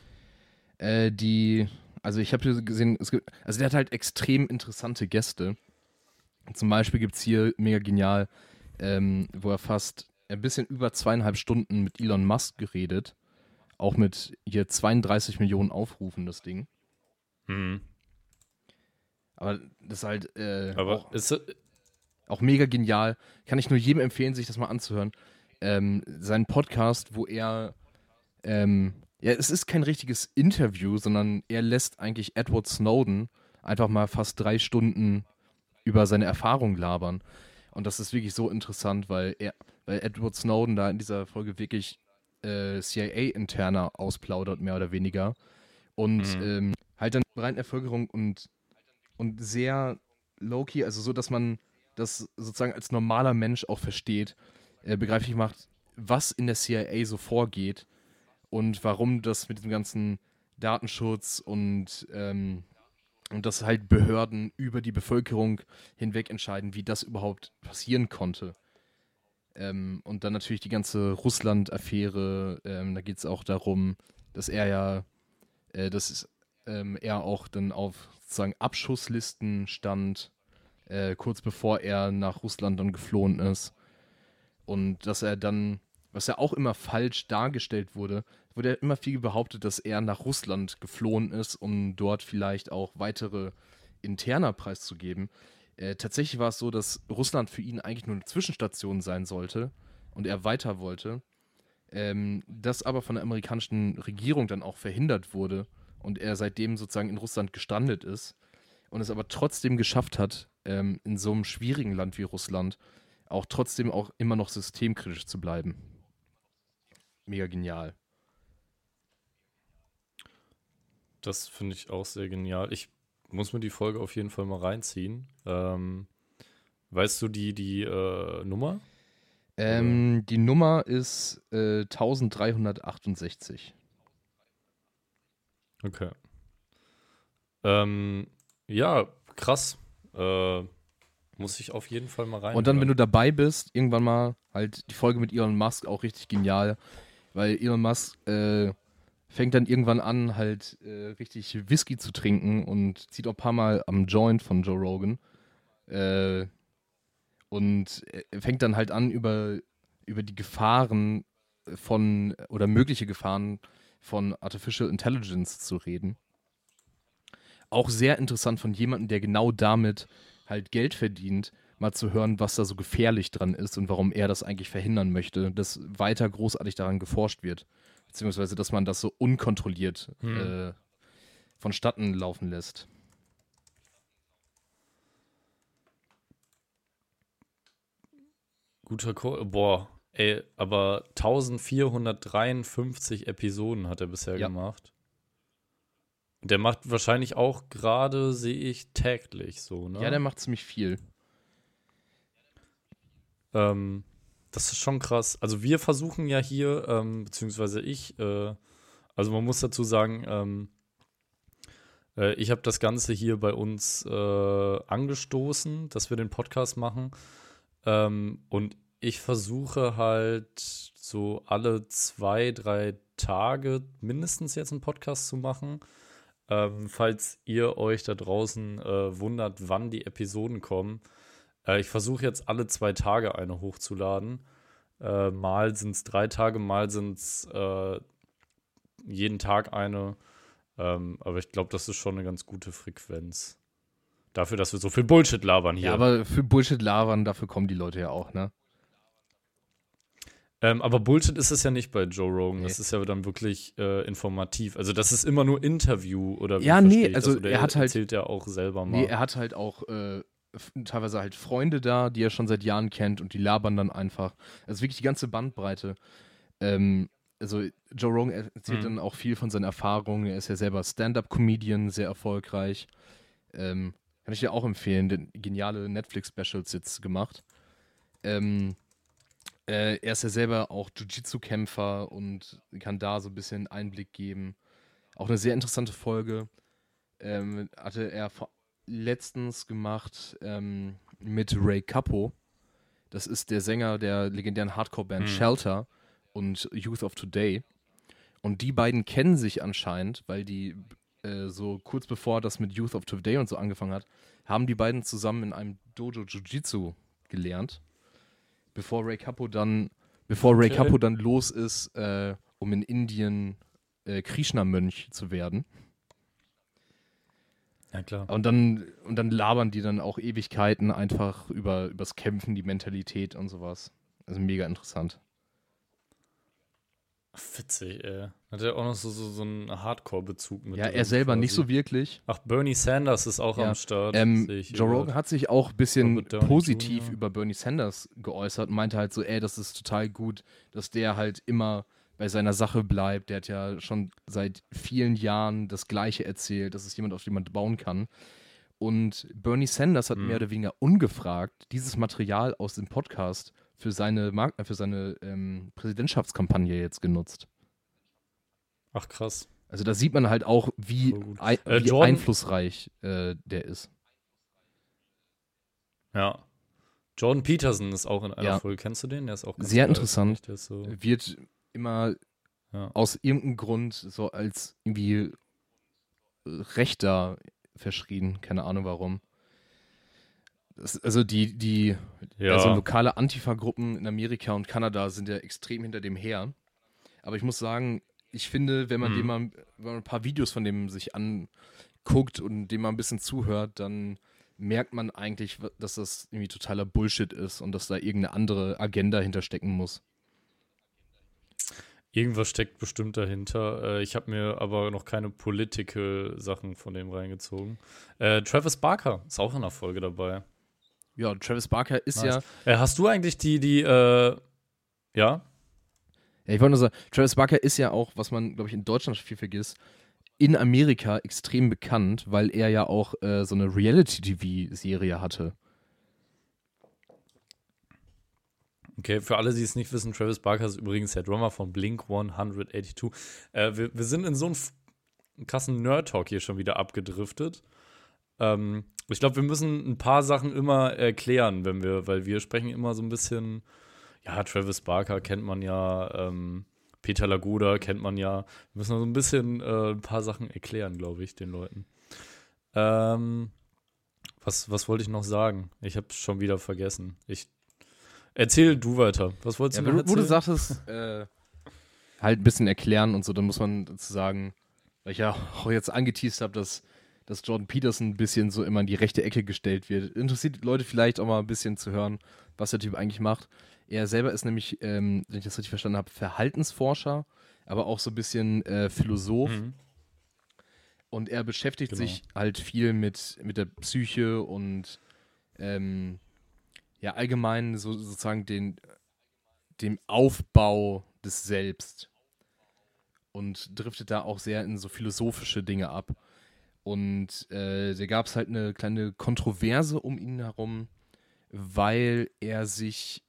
Also ich habe hier gesehen, also der hat halt extrem interessante Gäste. Zum Beispiel gibt es hier mega genial, wo er fast ein bisschen über 2,5 Stunden mit Elon Musk geredet. Auch mit hier 32 Millionen Aufrufen, das Ding. Mhm. Aber das ist halt Aber auch mega genial. Kann ich nur jedem empfehlen, sich das mal anzuhören. Sein Podcast, wo er ja, es ist kein richtiges Interview, sondern er lässt eigentlich Edward Snowden einfach mal fast 3 Stunden über seine Erfahrung labern. Und das ist wirklich so interessant, weil Edward Snowden da in dieser Folge wirklich CIA-interner ausplaudert, mehr oder weniger. Und halt dann breiten Bevölkerung und sehr low-key, also so, dass man das sozusagen als normaler Mensch auch versteht, begreiflich macht, was in der CIA so vorgeht und warum das mit dem ganzen Datenschutz und dass halt Behörden über die Bevölkerung hinweg entscheiden, wie das überhaupt passieren konnte. Und dann natürlich die ganze Russland-Affäre, da geht es auch darum, dass er auch dann auf sozusagen Abschusslisten stand, kurz bevor er nach Russland dann geflohen ist. Und dass er dann, was ja auch immer falsch dargestellt wurde ja immer viel behauptet, dass er nach Russland geflohen ist, um dort vielleicht auch weitere Interna preiszugeben. Tatsächlich war es so, dass Russland für ihn eigentlich nur eine Zwischenstation sein sollte und er weiter wollte. Das aber von der amerikanischen Regierung dann auch verhindert wurde und er seitdem sozusagen in Russland gestrandet ist und es aber trotzdem geschafft hat, in so einem schwierigen Land wie Russland auch trotzdem auch immer noch systemkritisch zu bleiben. Mega genial. Das finde ich auch sehr genial. Ich muss mir die Folge auf jeden Fall mal reinziehen. Weißt du die Nummer? Die Nummer ist 1368. Okay. Ja, krass. Muss ich auf jeden Fall mal rein. Und dann, wenn du dabei bist, irgendwann mal halt die Folge mit Elon Musk auch richtig genial, weil Elon Musk fängt dann irgendwann an, halt richtig Whisky zu trinken und zieht auch ein paar Mal am Joint von Joe Rogan. Und fängt dann halt an, über die Gefahren oder mögliche Gefahren von Artificial Intelligence zu reden. Auch sehr interessant von jemandem, der genau damit halt Geld verdient, mal zu hören, was da so gefährlich dran ist und warum er das eigentlich verhindern möchte, dass weiter großartig daran geforscht wird. Beziehungsweise, dass man das so unkontrolliert vonstatten laufen lässt. Guter Call. Boah, ey, aber 1453 Episoden hat er bisher gemacht. Der macht wahrscheinlich auch gerade, sehe ich, täglich so, ne? Ja, der macht ziemlich viel. Das ist schon krass. Also wir versuchen ja hier, beziehungsweise ich, also man muss dazu sagen, ich habe das Ganze hier bei uns angestoßen, dass wir den Podcast machen. Und ich versuche halt so alle 2-3 Tage mindestens jetzt einen Podcast zu machen. Falls ihr euch da draußen wundert, wann die Episoden kommen. Ich versuche jetzt alle 2 Tage eine hochzuladen. Mal sind es 3 Tage, mal sind es jeden Tag eine. Aber ich glaube, das ist schon eine ganz gute Frequenz. Dafür, dass wir so viel Bullshit labern hier. Ja, aber für Bullshit labern, dafür kommen die Leute ja auch, ne? Aber Bullshit ist es ja nicht bei Joe Rogan. Nee. Das ist ja dann wirklich informativ. Also das ist immer nur Interview oder wie Ja, verstehe nee, ich also das? Oder er hat halt- erzählt ja auch selber mal. Nee, er hat halt auch teilweise halt Freunde da, die er schon seit Jahren kennt und die labern dann einfach. Also wirklich die ganze Bandbreite. Also Joe Rogan erzählt dann auch viel von seinen Erfahrungen. Er ist ja selber Stand-Up-Comedian, sehr erfolgreich. Kann ich dir auch empfehlen, denn geniale Netflix-Specials jetzt gemacht. Er ist ja selber auch Jiu-Jitsu-Kämpfer und kann da so ein bisschen Einblick geben. Auch eine sehr interessante Folge. Hatte er letztens gemacht mit Ray Cappo. Das ist der Sänger der legendären Hardcore-Band Shelter und Youth of Today. Und die beiden kennen sich anscheinend, weil die so kurz bevor das mit Youth of Today und so angefangen hat, haben die beiden zusammen in einem Dojo Jiu-Jitsu gelernt. Bevor Ray Cappo dann los ist, um in Indien Krishna-Mönch zu werden. Ja, klar. Und dann labern die dann auch Ewigkeiten einfach übers Kämpfen, die Mentalität und sowas. Also mega interessant. Witzig, ey. Hat er auch noch so einen Hardcore-Bezug mit Ja, drin er selber quasi. nicht so wirklich. Ach, Bernie Sanders ist auch am Start. sehe ich Joe hier Rogan grad. hat sich auch ein bisschen Robert Downey positiv Jr. über Bernie Sanders geäußert und meinte halt so, das ist total gut, dass der halt immer bei seiner Sache bleibt. Der hat ja schon seit vielen Jahren das Gleiche erzählt, dass es jemand, auf den man bauen kann. Und Bernie Sanders hat mehr oder weniger ungefragt dieses Material aus dem Podcast für seine Präsidentschaftskampagne jetzt genutzt. Ach, krass. Also da sieht man halt auch, wie, Voll gut. wie Jordan- einflussreich der ist. Ja. Jordan Peterson ist auch in einer Ja. Folge. Kennst du den? Der ist auch ganz Sehr geil, interessant. finde ich. Der ist so, Wird immer ja. aus irgendeinem Grund so als irgendwie Rechter verschrien. Keine Ahnung warum. Also die also lokale Antifa-Gruppen in Amerika und Kanada sind ja extrem hinter dem her. Aber ich muss sagen, ich finde, wenn man wenn man ein paar Videos von dem sich anguckt und dem mal ein bisschen zuhört, dann merkt man eigentlich, dass das irgendwie totaler Bullshit ist und dass da irgendeine andere Agenda hinterstecken muss. Irgendwas steckt bestimmt dahinter. Ich habe mir aber noch keine Political-Sachen von dem reingezogen. Travis Barker ist auch in der Folge dabei. Ja, Travis Barker ist Nice. ja Hast du eigentlich ja? Ja, ich wollte nur sagen, Travis Barker ist ja auch, was man, glaube ich, in Deutschland viel vergisst, in Amerika extrem bekannt, weil er ja auch so eine Reality-TV-Serie hatte. Okay, für alle, die es nicht wissen, Travis Barker ist übrigens der Drummer von Blink 182. Wir sind in so einen krassen Nerd-Talk hier schon wieder abgedriftet. Ich glaube, wir müssen ein paar Sachen immer erklären, weil wir sprechen immer so ein bisschen, ja, Travis Barker kennt man ja, Peter Lagoda kennt man ja. Wir müssen so ein bisschen ein paar Sachen erklären, glaube ich, den Leuten. Was wollte ich noch sagen? Ich habe es schon wieder vergessen. Erzähl du weiter. Was wolltest du noch erzählen? Wo du sagtest, halt ein bisschen erklären und so, dann muss man dazu sagen, weil ich ja auch jetzt angeteased habe, dass Jordan Peterson ein bisschen so immer in die rechte Ecke gestellt wird. Interessiert die Leute vielleicht auch mal ein bisschen zu hören, was der Typ eigentlich macht. Er selber ist nämlich, wenn ich das richtig verstanden habe, Verhaltensforscher, aber auch so ein bisschen Philosoph. Und er beschäftigt sich halt viel mit der Psyche und ja, allgemein sozusagen dem Aufbau des Selbst und driftet da auch sehr in so philosophische Dinge ab. Und da gab es halt eine kleine Kontroverse um ihn herum, weil er sich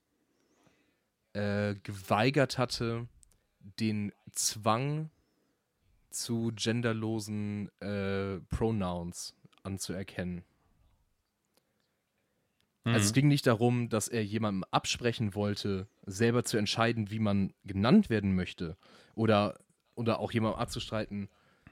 geweigert hatte, den Zwang zu genderlosen Pronouns anzuerkennen. Also es ging nicht darum, dass er jemandem absprechen wollte, selber zu entscheiden, wie man genannt werden möchte. Oder auch jemandem abzustreiten,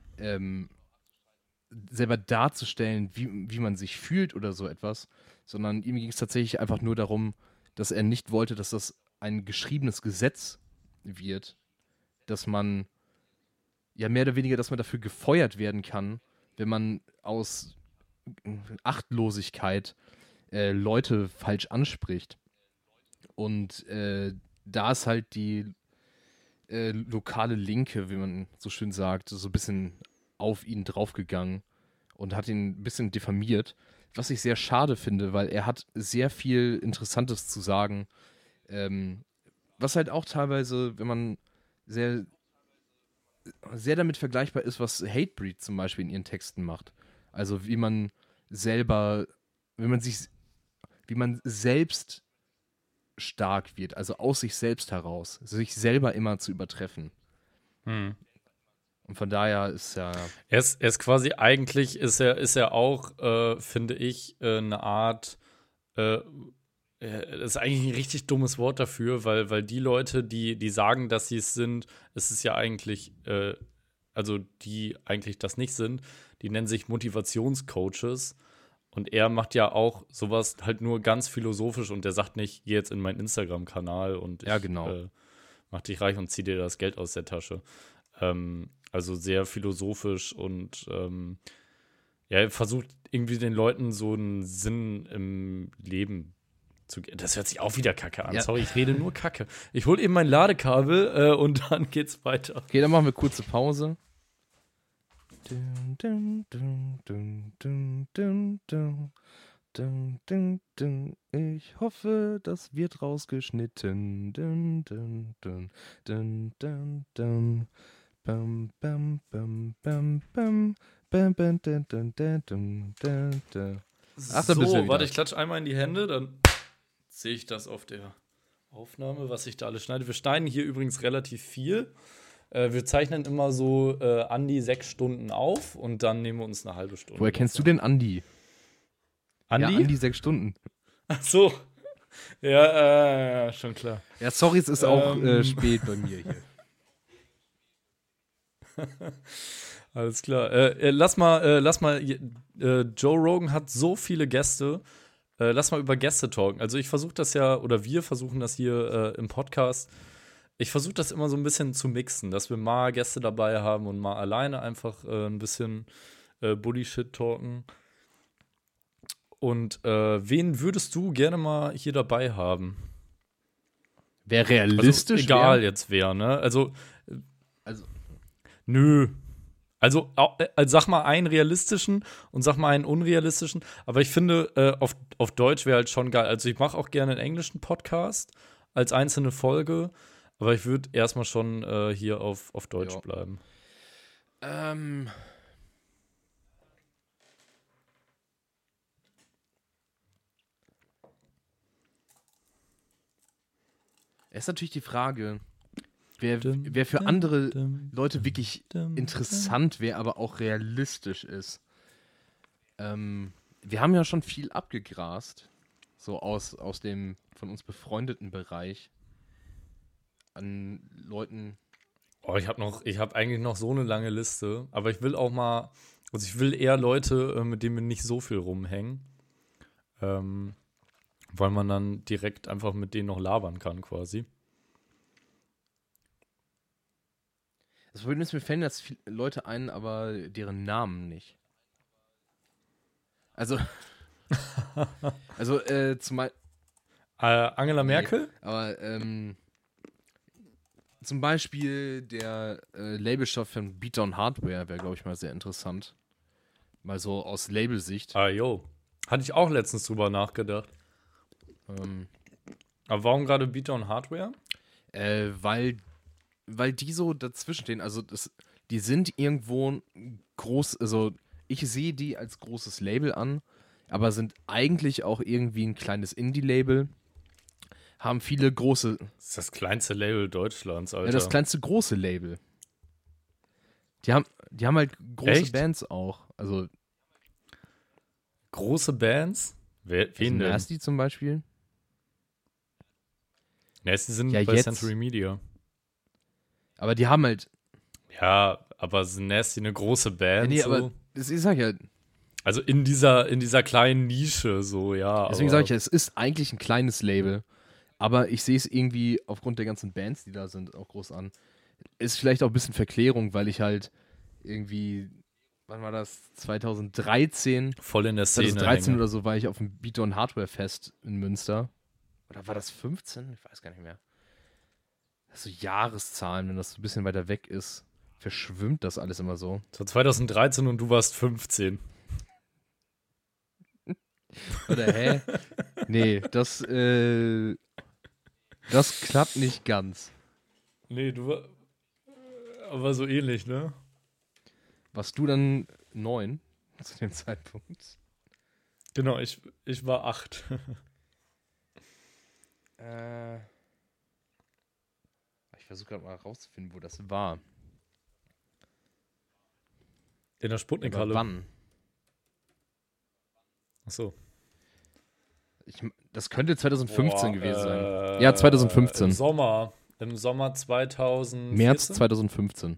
selber darzustellen, wie man sich fühlt oder so etwas. Sondern ihm ging es tatsächlich einfach nur darum, dass er nicht wollte, dass das ein geschriebenes Gesetz wird, dass man, ja mehr oder weniger, dass man dafür gefeuert werden kann, wenn man aus Achtlosigkeit Leute falsch anspricht. Und da ist halt die lokale Linke, wie man so schön sagt, so ein bisschen auf ihn draufgegangen und hat ihn ein bisschen diffamiert, was ich sehr schade finde, weil er hat sehr viel Interessantes zu sagen, was halt auch teilweise, wenn man sehr, sehr damit vergleichbar ist, was Hatebreed zum Beispiel in ihren Texten macht. Also wie man selber, wie man selbst stark wird, also aus sich selbst heraus, sich selber immer zu übertreffen. Hm. Und von daher ist ja. Er ist quasi, eigentlich ist er auch, finde ich, eine Art, das ist eigentlich ein richtig dummes Wort dafür, weil die Leute, die sagen, dass sie es sind, es ist ja eigentlich, also die eigentlich das nicht sind, die nennen sich Motivationscoaches. Und er macht ja auch sowas halt nur ganz philosophisch und der sagt nicht, geh jetzt in meinen Instagram-Kanal und Ja, genau. mach dich reich und zieh dir das Geld aus der Tasche. Also sehr philosophisch und ja, er versucht irgendwie den Leuten so einen Sinn im Leben zu geben. Das hört sich auch wieder Kacke an. Ja. Sorry, ich rede nur Kacke. Ich hole eben mein Ladekabel und dann geht's weiter. Okay, dann machen wir kurze Pause. Ich hoffe, das wird rausgeschnitten. Ach, da bist du So, wieder. warte, ich klatsche einmal in die Hände, dann sehe ich das auf der Aufnahme, was ich da alles schneide. Wir schneiden hier übrigens relativ viel. Wir zeichnen immer so an die 6 Stunden auf und dann nehmen wir uns eine halbe Stunde. Woher kennst du denn Andi? Andi? Ja, Andi 6 Stunden. Ach so. Ja, schon klar. Ja, sorry, es ist auch spät bei mir hier. Alles klar. Lass mal, Joe Rogan hat so viele Gäste. Lass mal über Gäste talken. Also ich versuche das ja, oder wir versuchen das hier im Podcast. Ich versuche das immer so ein bisschen zu mixen, dass wir mal Gäste dabei haben und mal alleine einfach ein bisschen Bully-Shit talken. Und wen würdest du gerne mal hier dabei haben? Wer realistisch also, egal wär? jetzt wer, ne? Also nö. Also sag mal einen realistischen und sag mal einen unrealistischen. Aber ich finde, auf Deutsch wäre halt schon geil. Also ich mache auch gerne einen englischen Podcast als einzelne Folge. Aber ich würde erstmal schon hier auf Deutsch bleiben. Es ist natürlich die Frage, wer für andere Leute wirklich interessant wäre, aber auch realistisch ist. Wir haben ja schon viel abgegrast, so aus dem von uns befreundeten Bereich an Leuten. Oh, ich habe eigentlich noch so eine lange Liste, aber ich will auch mal, also ich will eher Leute, mit denen wir nicht so viel rumhängen, weil man dann direkt einfach mit denen noch labern kann quasi. Das Problem ist, mir fällen jetzt viele Leute ein, aber deren Namen nicht. Also zum Angela Merkel? Aber zum Beispiel der Labelchef von Beatdown Hardware wäre, glaube ich, mal sehr interessant. Mal so aus Labelsicht. Jo. Hatte ich auch letztens drüber nachgedacht. Aber warum gerade Beatdown Hardware? Weil die so dazwischen stehen. Also die sind irgendwo groß, also ich sehe die als großes Label an, aber sind eigentlich auch irgendwie ein kleines Indie-Label. Haben viele große. Das ist das kleinste Label Deutschlands, Alter. Ja, das kleinste große Label. Die haben halt große Echt? Bands auch. Also Große Bands? Wen denn? Nasty zum Beispiel. Nasty sind Ja, bei jetzt. Century Media. Aber die haben halt. Ja, aber sind Nasty eine große Band? Ja, nee, so? aber ich sag ja, Also in dieser kleinen Nische, so, ja. deswegen aber sage ich ja, es ist eigentlich ein kleines Label. Aber ich sehe es irgendwie aufgrund der ganzen Bands, die da sind, auch groß an. Ist vielleicht auch ein bisschen Verklärung, weil ich halt irgendwie, wann war das? 2013? voll in der Szene. 2013 hänge. oder so war ich auf dem Beatdown Hardware Fest in Münster. Oder war das 15? Ich weiß gar nicht mehr. Das sind so Jahreszahlen, wenn das so ein bisschen weiter weg ist, verschwimmt das alles immer so. Das war 2013 und du warst 15. Oder hä? Nee, das klappt nicht ganz. Nee, du war. Aber so ähnlich, ne? Warst du dann 9 zu dem Zeitpunkt? Genau, ich war 8. Ich versuche gerade mal rauszufinden, wo das war. In der Aber Sputnik-Halle. wann? Achso. Das könnte 2015 gewesen sein. Ja, Ja, 2015. Im Sommer 2014. März 2015.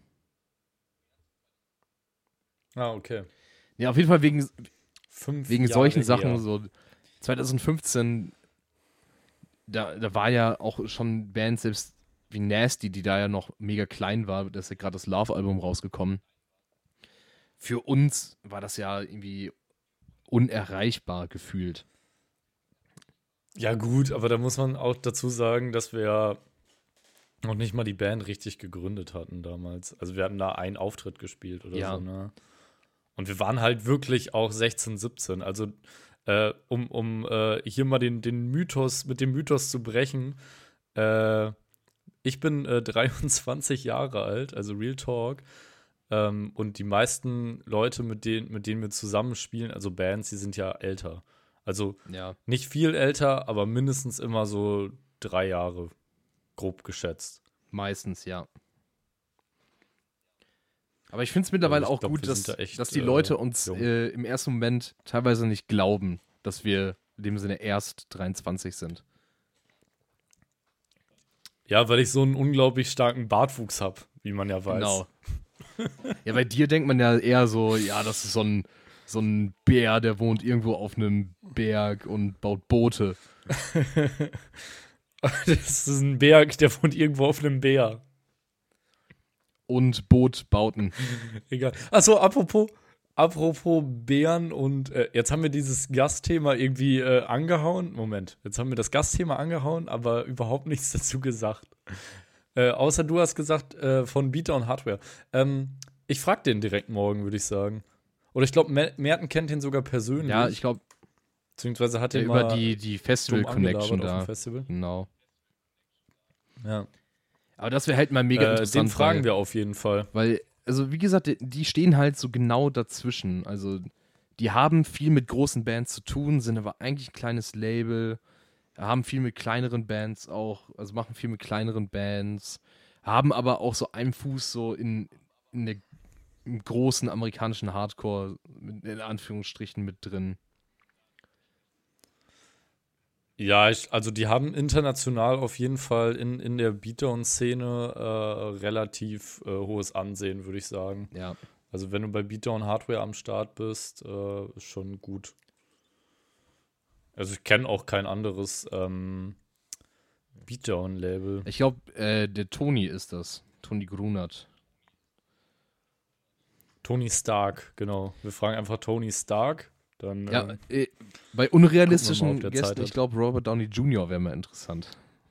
Ah, okay. Ja, auf jeden Fall wegen 5 wegen Jahre solchen Sachen, her. so 2015, da war ja auch schon Bands, selbst wie Nasty, die da ja noch mega klein war, da ist ja gerade das Love-Album rausgekommen. Für uns war das ja irgendwie unerreichbar gefühlt. Ja, gut, aber da muss man auch dazu sagen, dass wir noch nicht mal die Band richtig gegründet hatten damals. Also wir hatten da einen Auftritt gespielt oder Ja. so, ne? Und wir waren halt wirklich auch 16, 17. Also, um hier mal mit dem Mythos zu brechen, ich bin 23 Jahre alt, also Real Talk. Und die meisten Leute, mit denen wir zusammenspielen, also Bands, die sind ja älter. Also Ja. nicht viel älter, aber mindestens immer so 3 Jahre, grob geschätzt. Meistens, ja. Aber ich finde es mittlerweile Also ich auch glaub, gut, wir dass, sind da echt, dass die Leute uns jung. im ersten Moment teilweise nicht glauben, dass wir in dem Sinne erst 23 sind. Ja, weil ich so einen unglaublich starken Bartwuchs habe, wie man ja weiß. Genau. Ja, bei dir denkt man ja eher so, ja, das ist so ein Bär, der wohnt irgendwo auf einem Berg und baut Boote. Das ist ein Berg, der wohnt irgendwo auf einem Bär. Und Bootbauten. Egal. Achso, apropos Bären und jetzt haben wir dieses Gastthema irgendwie angehauen. Moment, jetzt haben wir das Gastthema angehauen, aber überhaupt nichts dazu gesagt. Außer du hast gesagt von Beatdown Hardware. Ich frag den direkt morgen, würde ich sagen. Oder ich glaube, Merten kennt ihn sogar persönlich. Ja, ich glaube, Beziehungsweise hat den über mal die Festival dumm Connection angelabert auf da. dem Festival. Genau. Ja. Aber das wäre halt mal mega interessant. Den fragen wir auf jeden Fall. Weil, also wie gesagt, die stehen halt so genau dazwischen. Also die haben viel mit großen Bands zu tun, sind aber eigentlich ein kleines Label, haben viel mit kleineren Bands auch, also machen viel mit kleineren Bands, haben aber auch so einen Fuß so im großen amerikanischen Hardcore, in Anführungsstrichen, mit drin. Ja, also die haben international auf jeden Fall in der Beatdown-Szene relativ hohes Ansehen, würde ich sagen. Ja. Also wenn du bei Beatdown Hardware am Start bist, ist schon gut. Also ich kenne auch kein anderes Beatdown-Label. Ich glaube, der Toni ist das. Toni Grunert. Tony Stark, genau. Wir fragen einfach Tony Stark. Dann, Ja, bei gucken wir unrealistischen mal, ob der Zeit Gästen, hat. ich glaube, Robert Downey Jr. wäre mal interessant.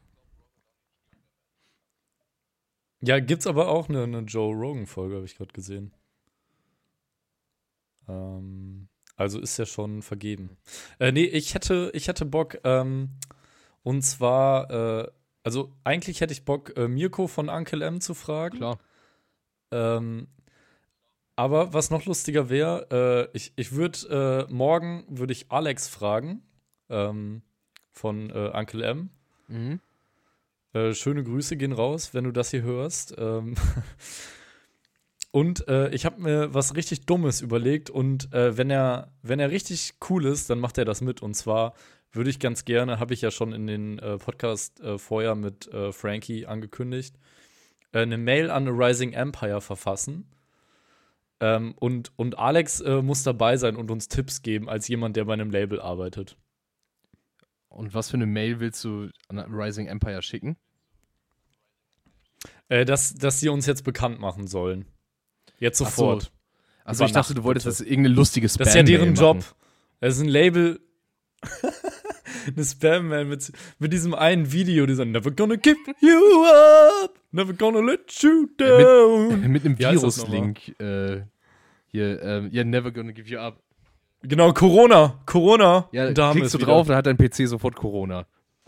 Ja, gibt's aber auch eine Joe Rogan-Folge, habe ich gerade gesehen. Also ist ja schon vergeben. Nee, ich hätte Bock, Und zwar, also eigentlich hätte ich Bock, Mirko von Uncle M zu fragen. Klar. Aber was noch lustiger wäre, ich würde morgen würde ich Alex fragen, von Uncle M. Mhm. Schöne Grüße gehen raus, wenn du das hier hörst. Und ich habe mir was richtig Dummes überlegt und wenn er richtig cool ist, dann macht er das mit. Und zwar würde ich ganz gerne, habe ich ja schon in den Podcast vorher mit Frankie angekündigt, eine Mail an A Rising Empire verfassen. Und Alex muss dabei sein und uns Tipps geben, als jemand, der bei einem Label arbeitet. Und was für eine Mail willst du an Rising Empire schicken? Dass sie uns jetzt bekannt machen sollen. Jetzt sofort. Also ich dachte, du wolltest das irgendeine lustige Spam-Mail Das ist ja deren Job. machen. Das ist ein Label. Eine Spam-Mail mit diesem einen Video, dieser Never gonna give you up, never gonna let you down. Mit einem Wie heißt das Virus-Link. Hier, never gonna give you up. Genau, Corona. Ja, und da haben klickst du wir es drauf, dann hat dein PC sofort Corona.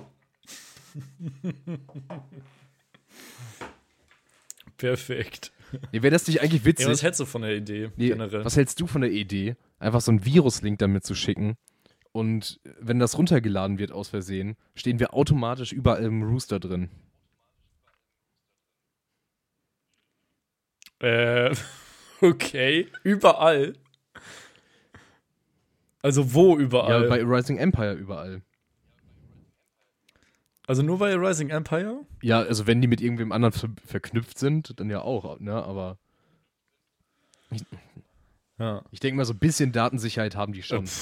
Perfekt. Nee, wäre das nicht eigentlich witzig? Ja, was hältst du von der Idee generell? Was hältst du von der Idee, einfach so einen Virus-Link damit zu schicken? Und wenn das runtergeladen wird aus Versehen, stehen wir automatisch überall im Rooster drin. Okay, überall. Also wo überall? Ja, bei Rising Empire überall. Also nur bei Rising Empire? Ja, also wenn die mit irgendwem anderen verknüpft sind, dann ja auch, ne? Aber Ja. ich denke mal, so ein bisschen Datensicherheit haben die schon.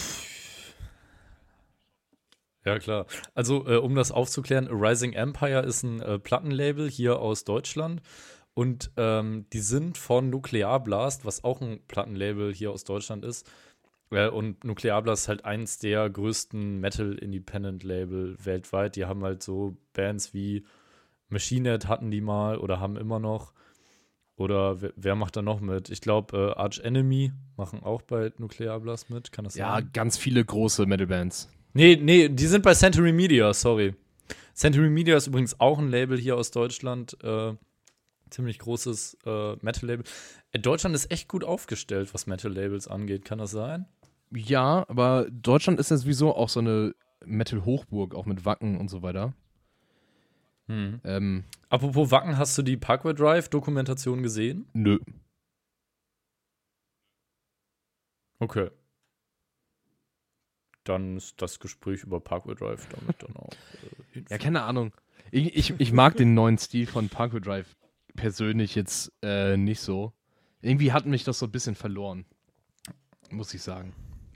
Ja, klar. Also, um das aufzuklären, Rising Empire ist ein Plattenlabel hier aus Deutschland. Und die sind von Nuclear Blast, was auch ein Plattenlabel hier aus Deutschland ist. Und Nuclear Blast ist halt eins der größten Metal-Independent-Label weltweit. Die haben halt so Bands wie Machine Head hatten die mal oder haben immer noch. Oder wer macht da noch mit? Ich glaube, Arch Enemy machen auch bei Nuclear Blast mit. Kann das Ja, sein? ganz viele große Metal-Bands. Nee, die sind bei Century Media, sorry. Century Media ist übrigens auch ein Label hier aus Deutschland. Ziemlich großes Metal-Label. Deutschland ist echt gut aufgestellt, was Metal-Labels angeht. Kann das sein? Ja, aber Deutschland ist ja sowieso auch so eine Metal-Hochburg, auch mit Wacken und so weiter. Apropos Wacken, hast du die Parkway Drive-Dokumentation gesehen? Nö. Okay. Dann ist das Gespräch über Parkway Drive damit dann auch. Ja, keine Ahnung. Ich mag den neuen Stil von Parkway Drive persönlich jetzt nicht so. Irgendwie hat mich das so ein bisschen verloren. Muss ich sagen.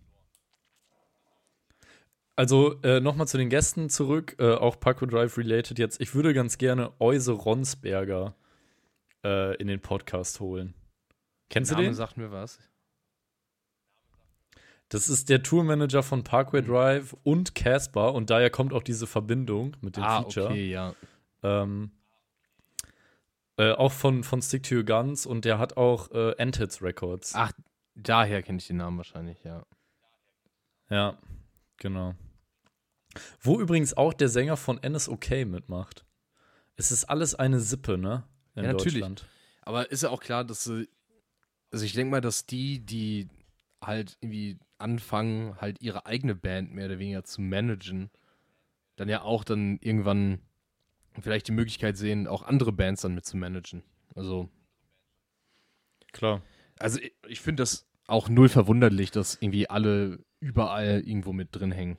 Also nochmal zu den Gästen zurück, auch Parkway Drive related jetzt. Ich würde ganz gerne Euse Ronsberger in den Podcast holen. Kennst du den? Sagt mir was. Das ist der Tourmanager von Parkway Drive und Casper und daher kommt auch diese Verbindung mit dem Feature. Okay, ja. Auch von Stick to Your Guns und der hat auch Anthits Records. Ach, daher kenne ich den Namen wahrscheinlich, ja. Ja, genau. Wo übrigens auch der Sänger von NSOK mitmacht. Es ist alles eine Sippe, ne? In Ja, natürlich. Deutschland. Aber ist ja auch klar, dass also ich denke mal, dass die halt irgendwie anfangen, halt ihre eigene Band mehr oder weniger zu managen, dann ja auch dann irgendwann vielleicht die Möglichkeit sehen, auch andere Bands dann mit zu managen. Also Klar. Also ich finde das auch null verwunderlich, dass irgendwie alle überall irgendwo mit drin hängen.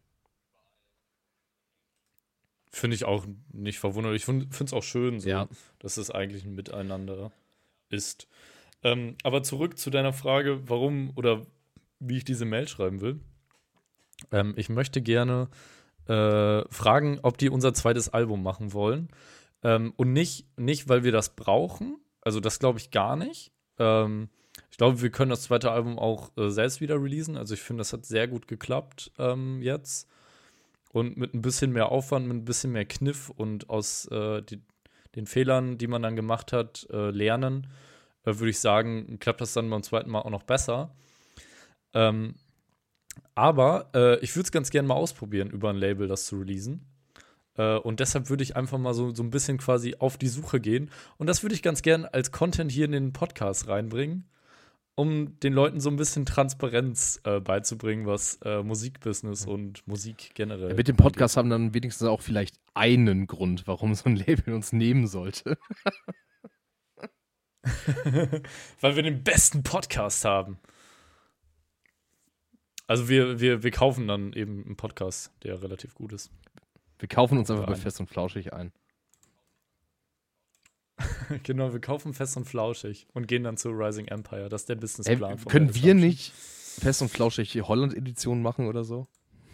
Finde ich auch nicht verwunderlich. Ich finde es auch schön, so, Ja. dass es eigentlich ein Miteinander ist. Aber zurück zu deiner Frage, warum oder wie ich diese Mail schreiben will. Ich möchte gerne fragen, ob die unser zweites Album machen wollen. Und nicht, weil wir das brauchen. Also das glaube ich gar nicht. Ich glaube, wir können das zweite Album auch selbst wieder releasen. Also ich finde, das hat sehr gut geklappt jetzt. Und mit ein bisschen mehr Aufwand, mit ein bisschen mehr Kniff und aus den Fehlern, die man dann gemacht hat, lernen, würde ich sagen, klappt das dann beim zweiten Mal auch noch besser. Aber ich würde es ganz gerne mal ausprobieren, über ein Label das zu releasen. Und deshalb würde ich einfach mal so ein bisschen quasi auf die Suche gehen. Und das würde ich ganz gern als Content hier in den Podcast reinbringen, um den Leuten so ein bisschen Transparenz beizubringen, was Musikbusiness und Musik generell. Ja, mit dem Podcast haben dann wenigstens auch vielleicht einen Grund, warum so ein Label uns nehmen sollte. Weil wir den besten Podcast haben. Also wir kaufen dann eben einen Podcast, der relativ gut ist. Wir kaufen uns einfach bei Fest und Flauschig ein. Genau, wir kaufen Fest und Flauschig und gehen dann zu Rising Empire. Das ist der Businessplan. Können wir nicht Fest und Flauschig Holland-Edition machen oder so?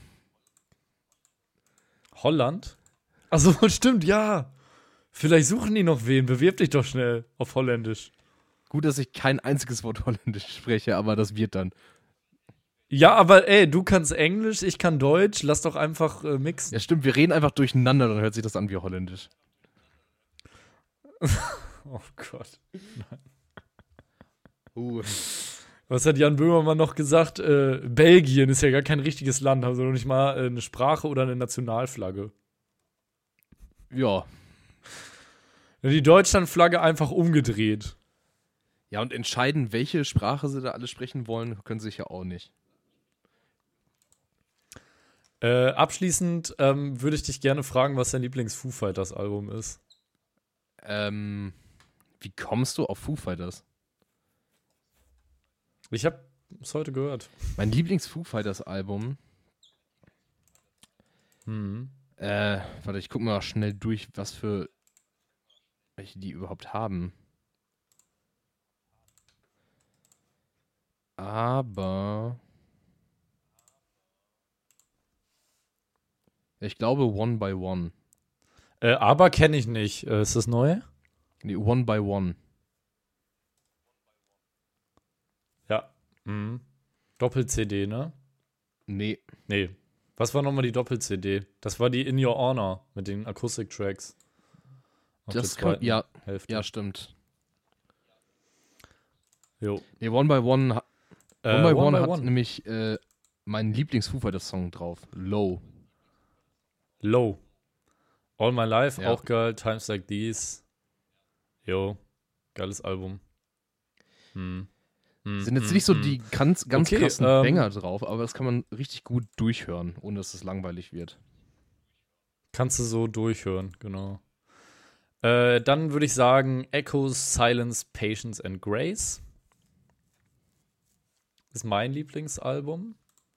Holland? Achso, stimmt, ja. Vielleicht suchen die noch wen. Bewirb dich doch schnell auf Holländisch. Gut, dass ich kein einziges Wort Holländisch spreche, aber das wird dann. Ja, aber ey, du kannst Englisch, ich kann Deutsch. Lass doch einfach mixen. Ja, stimmt, wir reden einfach durcheinander, dann hört sich das an wie Holländisch. Oh Gott. Was hat Jan Böhmermann noch gesagt? Belgien ist ja gar kein richtiges Land, haben sie noch nicht mal eine Sprache oder eine Nationalflagge. Ja. Die Deutschlandflagge einfach umgedreht. Ja, und entscheiden, welche Sprache sie da alle sprechen wollen, können sie sich ja auch nicht. Abschließend würde ich dich gerne fragen, was dein Lieblings-Foo Fighters-Album ist. Wie kommst du auf Foo Fighters? Ich habe es heute gehört. Mein Lieblings-Foo Fighters-Album. Warte, ich guck mal schnell durch, welche die überhaupt haben. Aber ich glaube One by One. Aber kenne ich nicht. Ist das neu? Nee, One by One. Ja. Mhm. Doppel-CD, ne? Nee. Nee. Was war nochmal die Doppel-CD? Das war die In Your Honor mit den Akustik-Tracks. Das kann, ja, Hälfte. ja, stimmt. Jo. Nee, One by One, One by One hat One. nämlich meinen Lieblings-Foo Fighters-Song drauf. Low. Low. All My Life, Ja. auch geil. Times Like These. Jo. Geiles Album. Sind jetzt nicht so die ganz Okay, krassen Banger drauf, aber das kann man richtig gut durchhören, ohne dass es langweilig wird. Kannst du so durchhören, genau. Dann würde ich sagen Echoes, Silence, Patience and Grace. Ist mein Lieblingsalbum.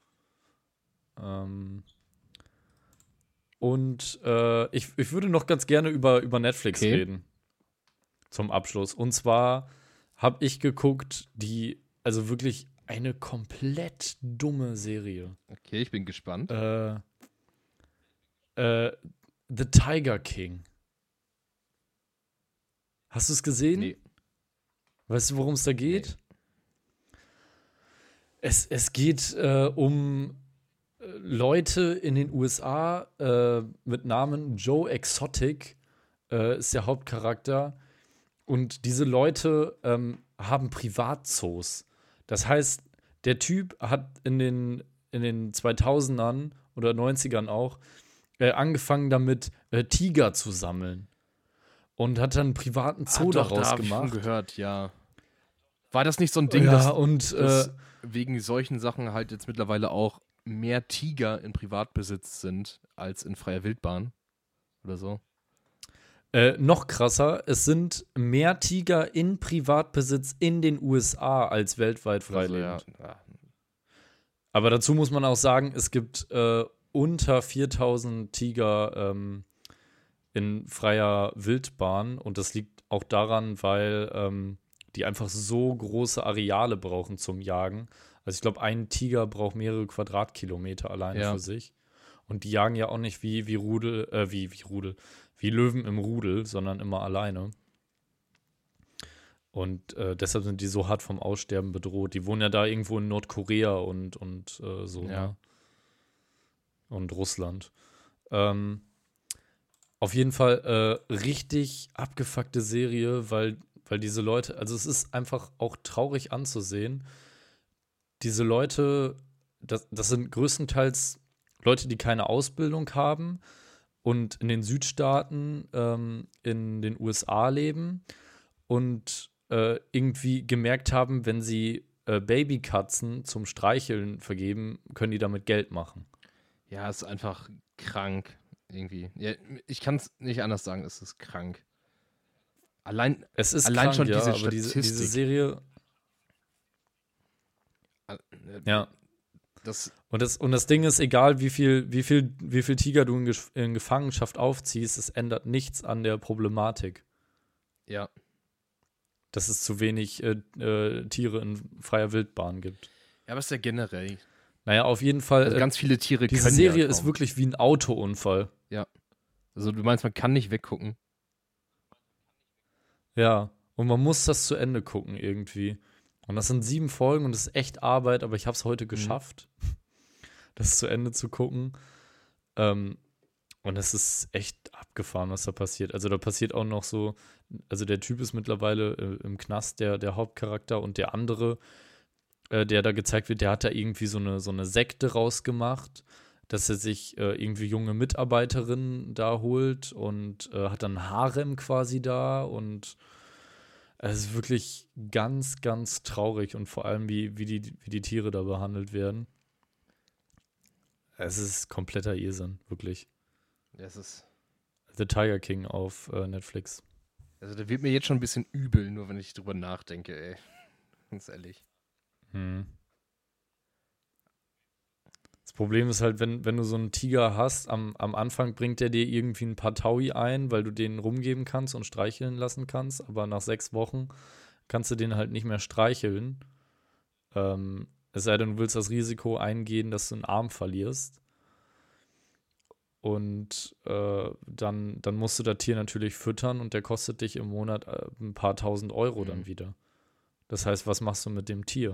Und ich würde noch ganz gerne über Netflix reden. Zum Abschluss. Und zwar habe ich geguckt, also wirklich eine komplett dumme Serie. Okay, ich bin gespannt. The Tiger King. Hast du es gesehen? Nee. Weißt du, worum es da geht? Nee. Es geht um Leute in den USA mit Namen Joe Exotic, ist der Hauptcharakter. Und diese Leute haben Privatzoos. Das heißt, der Typ hat in den 2000ern oder 90ern auch angefangen damit, Tiger zu sammeln. Und hat dann einen privaten Zoo daraus gemacht. Hab ich schon gehört, ja. War das nicht so ein Ding, Ja, dass wegen solchen Sachen halt jetzt mittlerweile auch mehr Tiger in Privatbesitz sind als in freier Wildbahn oder so? Noch krasser, es sind mehr Tiger in Privatbesitz in den USA als weltweit freilebend. Also, ja. Aber dazu muss man auch sagen, es gibt unter 4000 Tiger in freier Wildbahn. Und das liegt auch daran, weil die einfach so große Areale brauchen zum Jagen. Also ich glaube, ein Tiger braucht mehrere Quadratkilometer alleine für sich. Und die jagen ja auch nicht wie Löwen im Rudel, sondern immer alleine. Und deshalb sind die so hart vom Aussterben bedroht. Die wohnen ja da irgendwo in Nordkorea und so, Ja. ne? Und Russland. Auf jeden Fall richtig abgefuckte Serie, weil diese Leute, also es ist einfach auch traurig anzusehen. Diese Leute, das sind größtenteils Leute, die keine Ausbildung haben und in den Südstaaten in den USA leben und irgendwie gemerkt haben, wenn sie Babykatzen zum Streicheln vergeben, können die damit Geld machen. Ja, ist einfach krank irgendwie. Ja, ich kann es nicht anders sagen, es ist krank. Allein krank, schon ja, diese aber Statistik. diese Serie. Ja. Und das Ding ist, egal wie viel Tiger du in Gefangenschaft aufziehst, es ändert nichts an der Problematik. Ja. Dass es zu wenig Tiere in freier Wildbahn gibt. Ja, aber es ist ja generell. Naja, auf jeden Fall. Also ganz viele Tiere diese können Serie ja ist wirklich wie ein Autounfall. Ja. Also du meinst, man kann nicht weggucken? Ja, und man muss das zu Ende gucken irgendwie. Und das sind 7 Folgen und das ist echt Arbeit, aber ich habe es heute geschafft, das zu Ende zu gucken. Und es ist echt abgefahren, was da passiert. Also da passiert auch noch so, also der Typ ist mittlerweile im Knast, der Hauptcharakter, und der andere, der da gezeigt wird, der hat da irgendwie so eine Sekte rausgemacht, dass er sich irgendwie junge Mitarbeiterinnen da holt und hat dann ein Harem quasi da, und es ist wirklich ganz, ganz traurig, und vor allem, wie die Tiere da behandelt werden. Es ist kompletter Irrsinn, wirklich. Das ist The Tiger King auf Netflix. Also da wird mir jetzt schon ein bisschen übel, nur wenn ich drüber nachdenke, ey. Ganz ehrlich. Das Problem ist halt, wenn du so einen Tiger hast, am Anfang bringt der dir irgendwie ein paar Taui ein, weil du den rumgeben kannst und streicheln lassen kannst, aber nach 6 Wochen kannst du den halt nicht mehr streicheln. Es sei denn, du willst das Risiko eingehen, dass du einen Arm verlierst. Und dann musst du das Tier natürlich füttern, und der kostet dich im Monat ein paar 1.000 Euro dann wieder. Das heißt, was machst du mit dem Tier?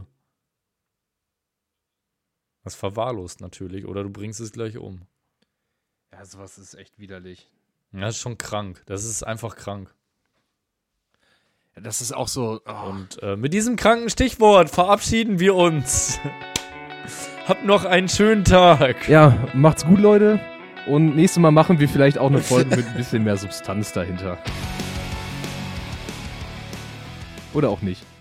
Das verwahrlost natürlich, oder du bringst es gleich um. Ja, sowas ist echt widerlich. Ja, das ist schon krank. Das ist einfach krank. Ja, das ist auch so. Oh. Und mit diesem kranken Stichwort verabschieden wir uns. Habt noch einen schönen Tag. Ja, macht's gut, Leute. Und nächstes Mal machen wir vielleicht auch eine Folge mit ein bisschen mehr Substanz dahinter. Oder auch nicht.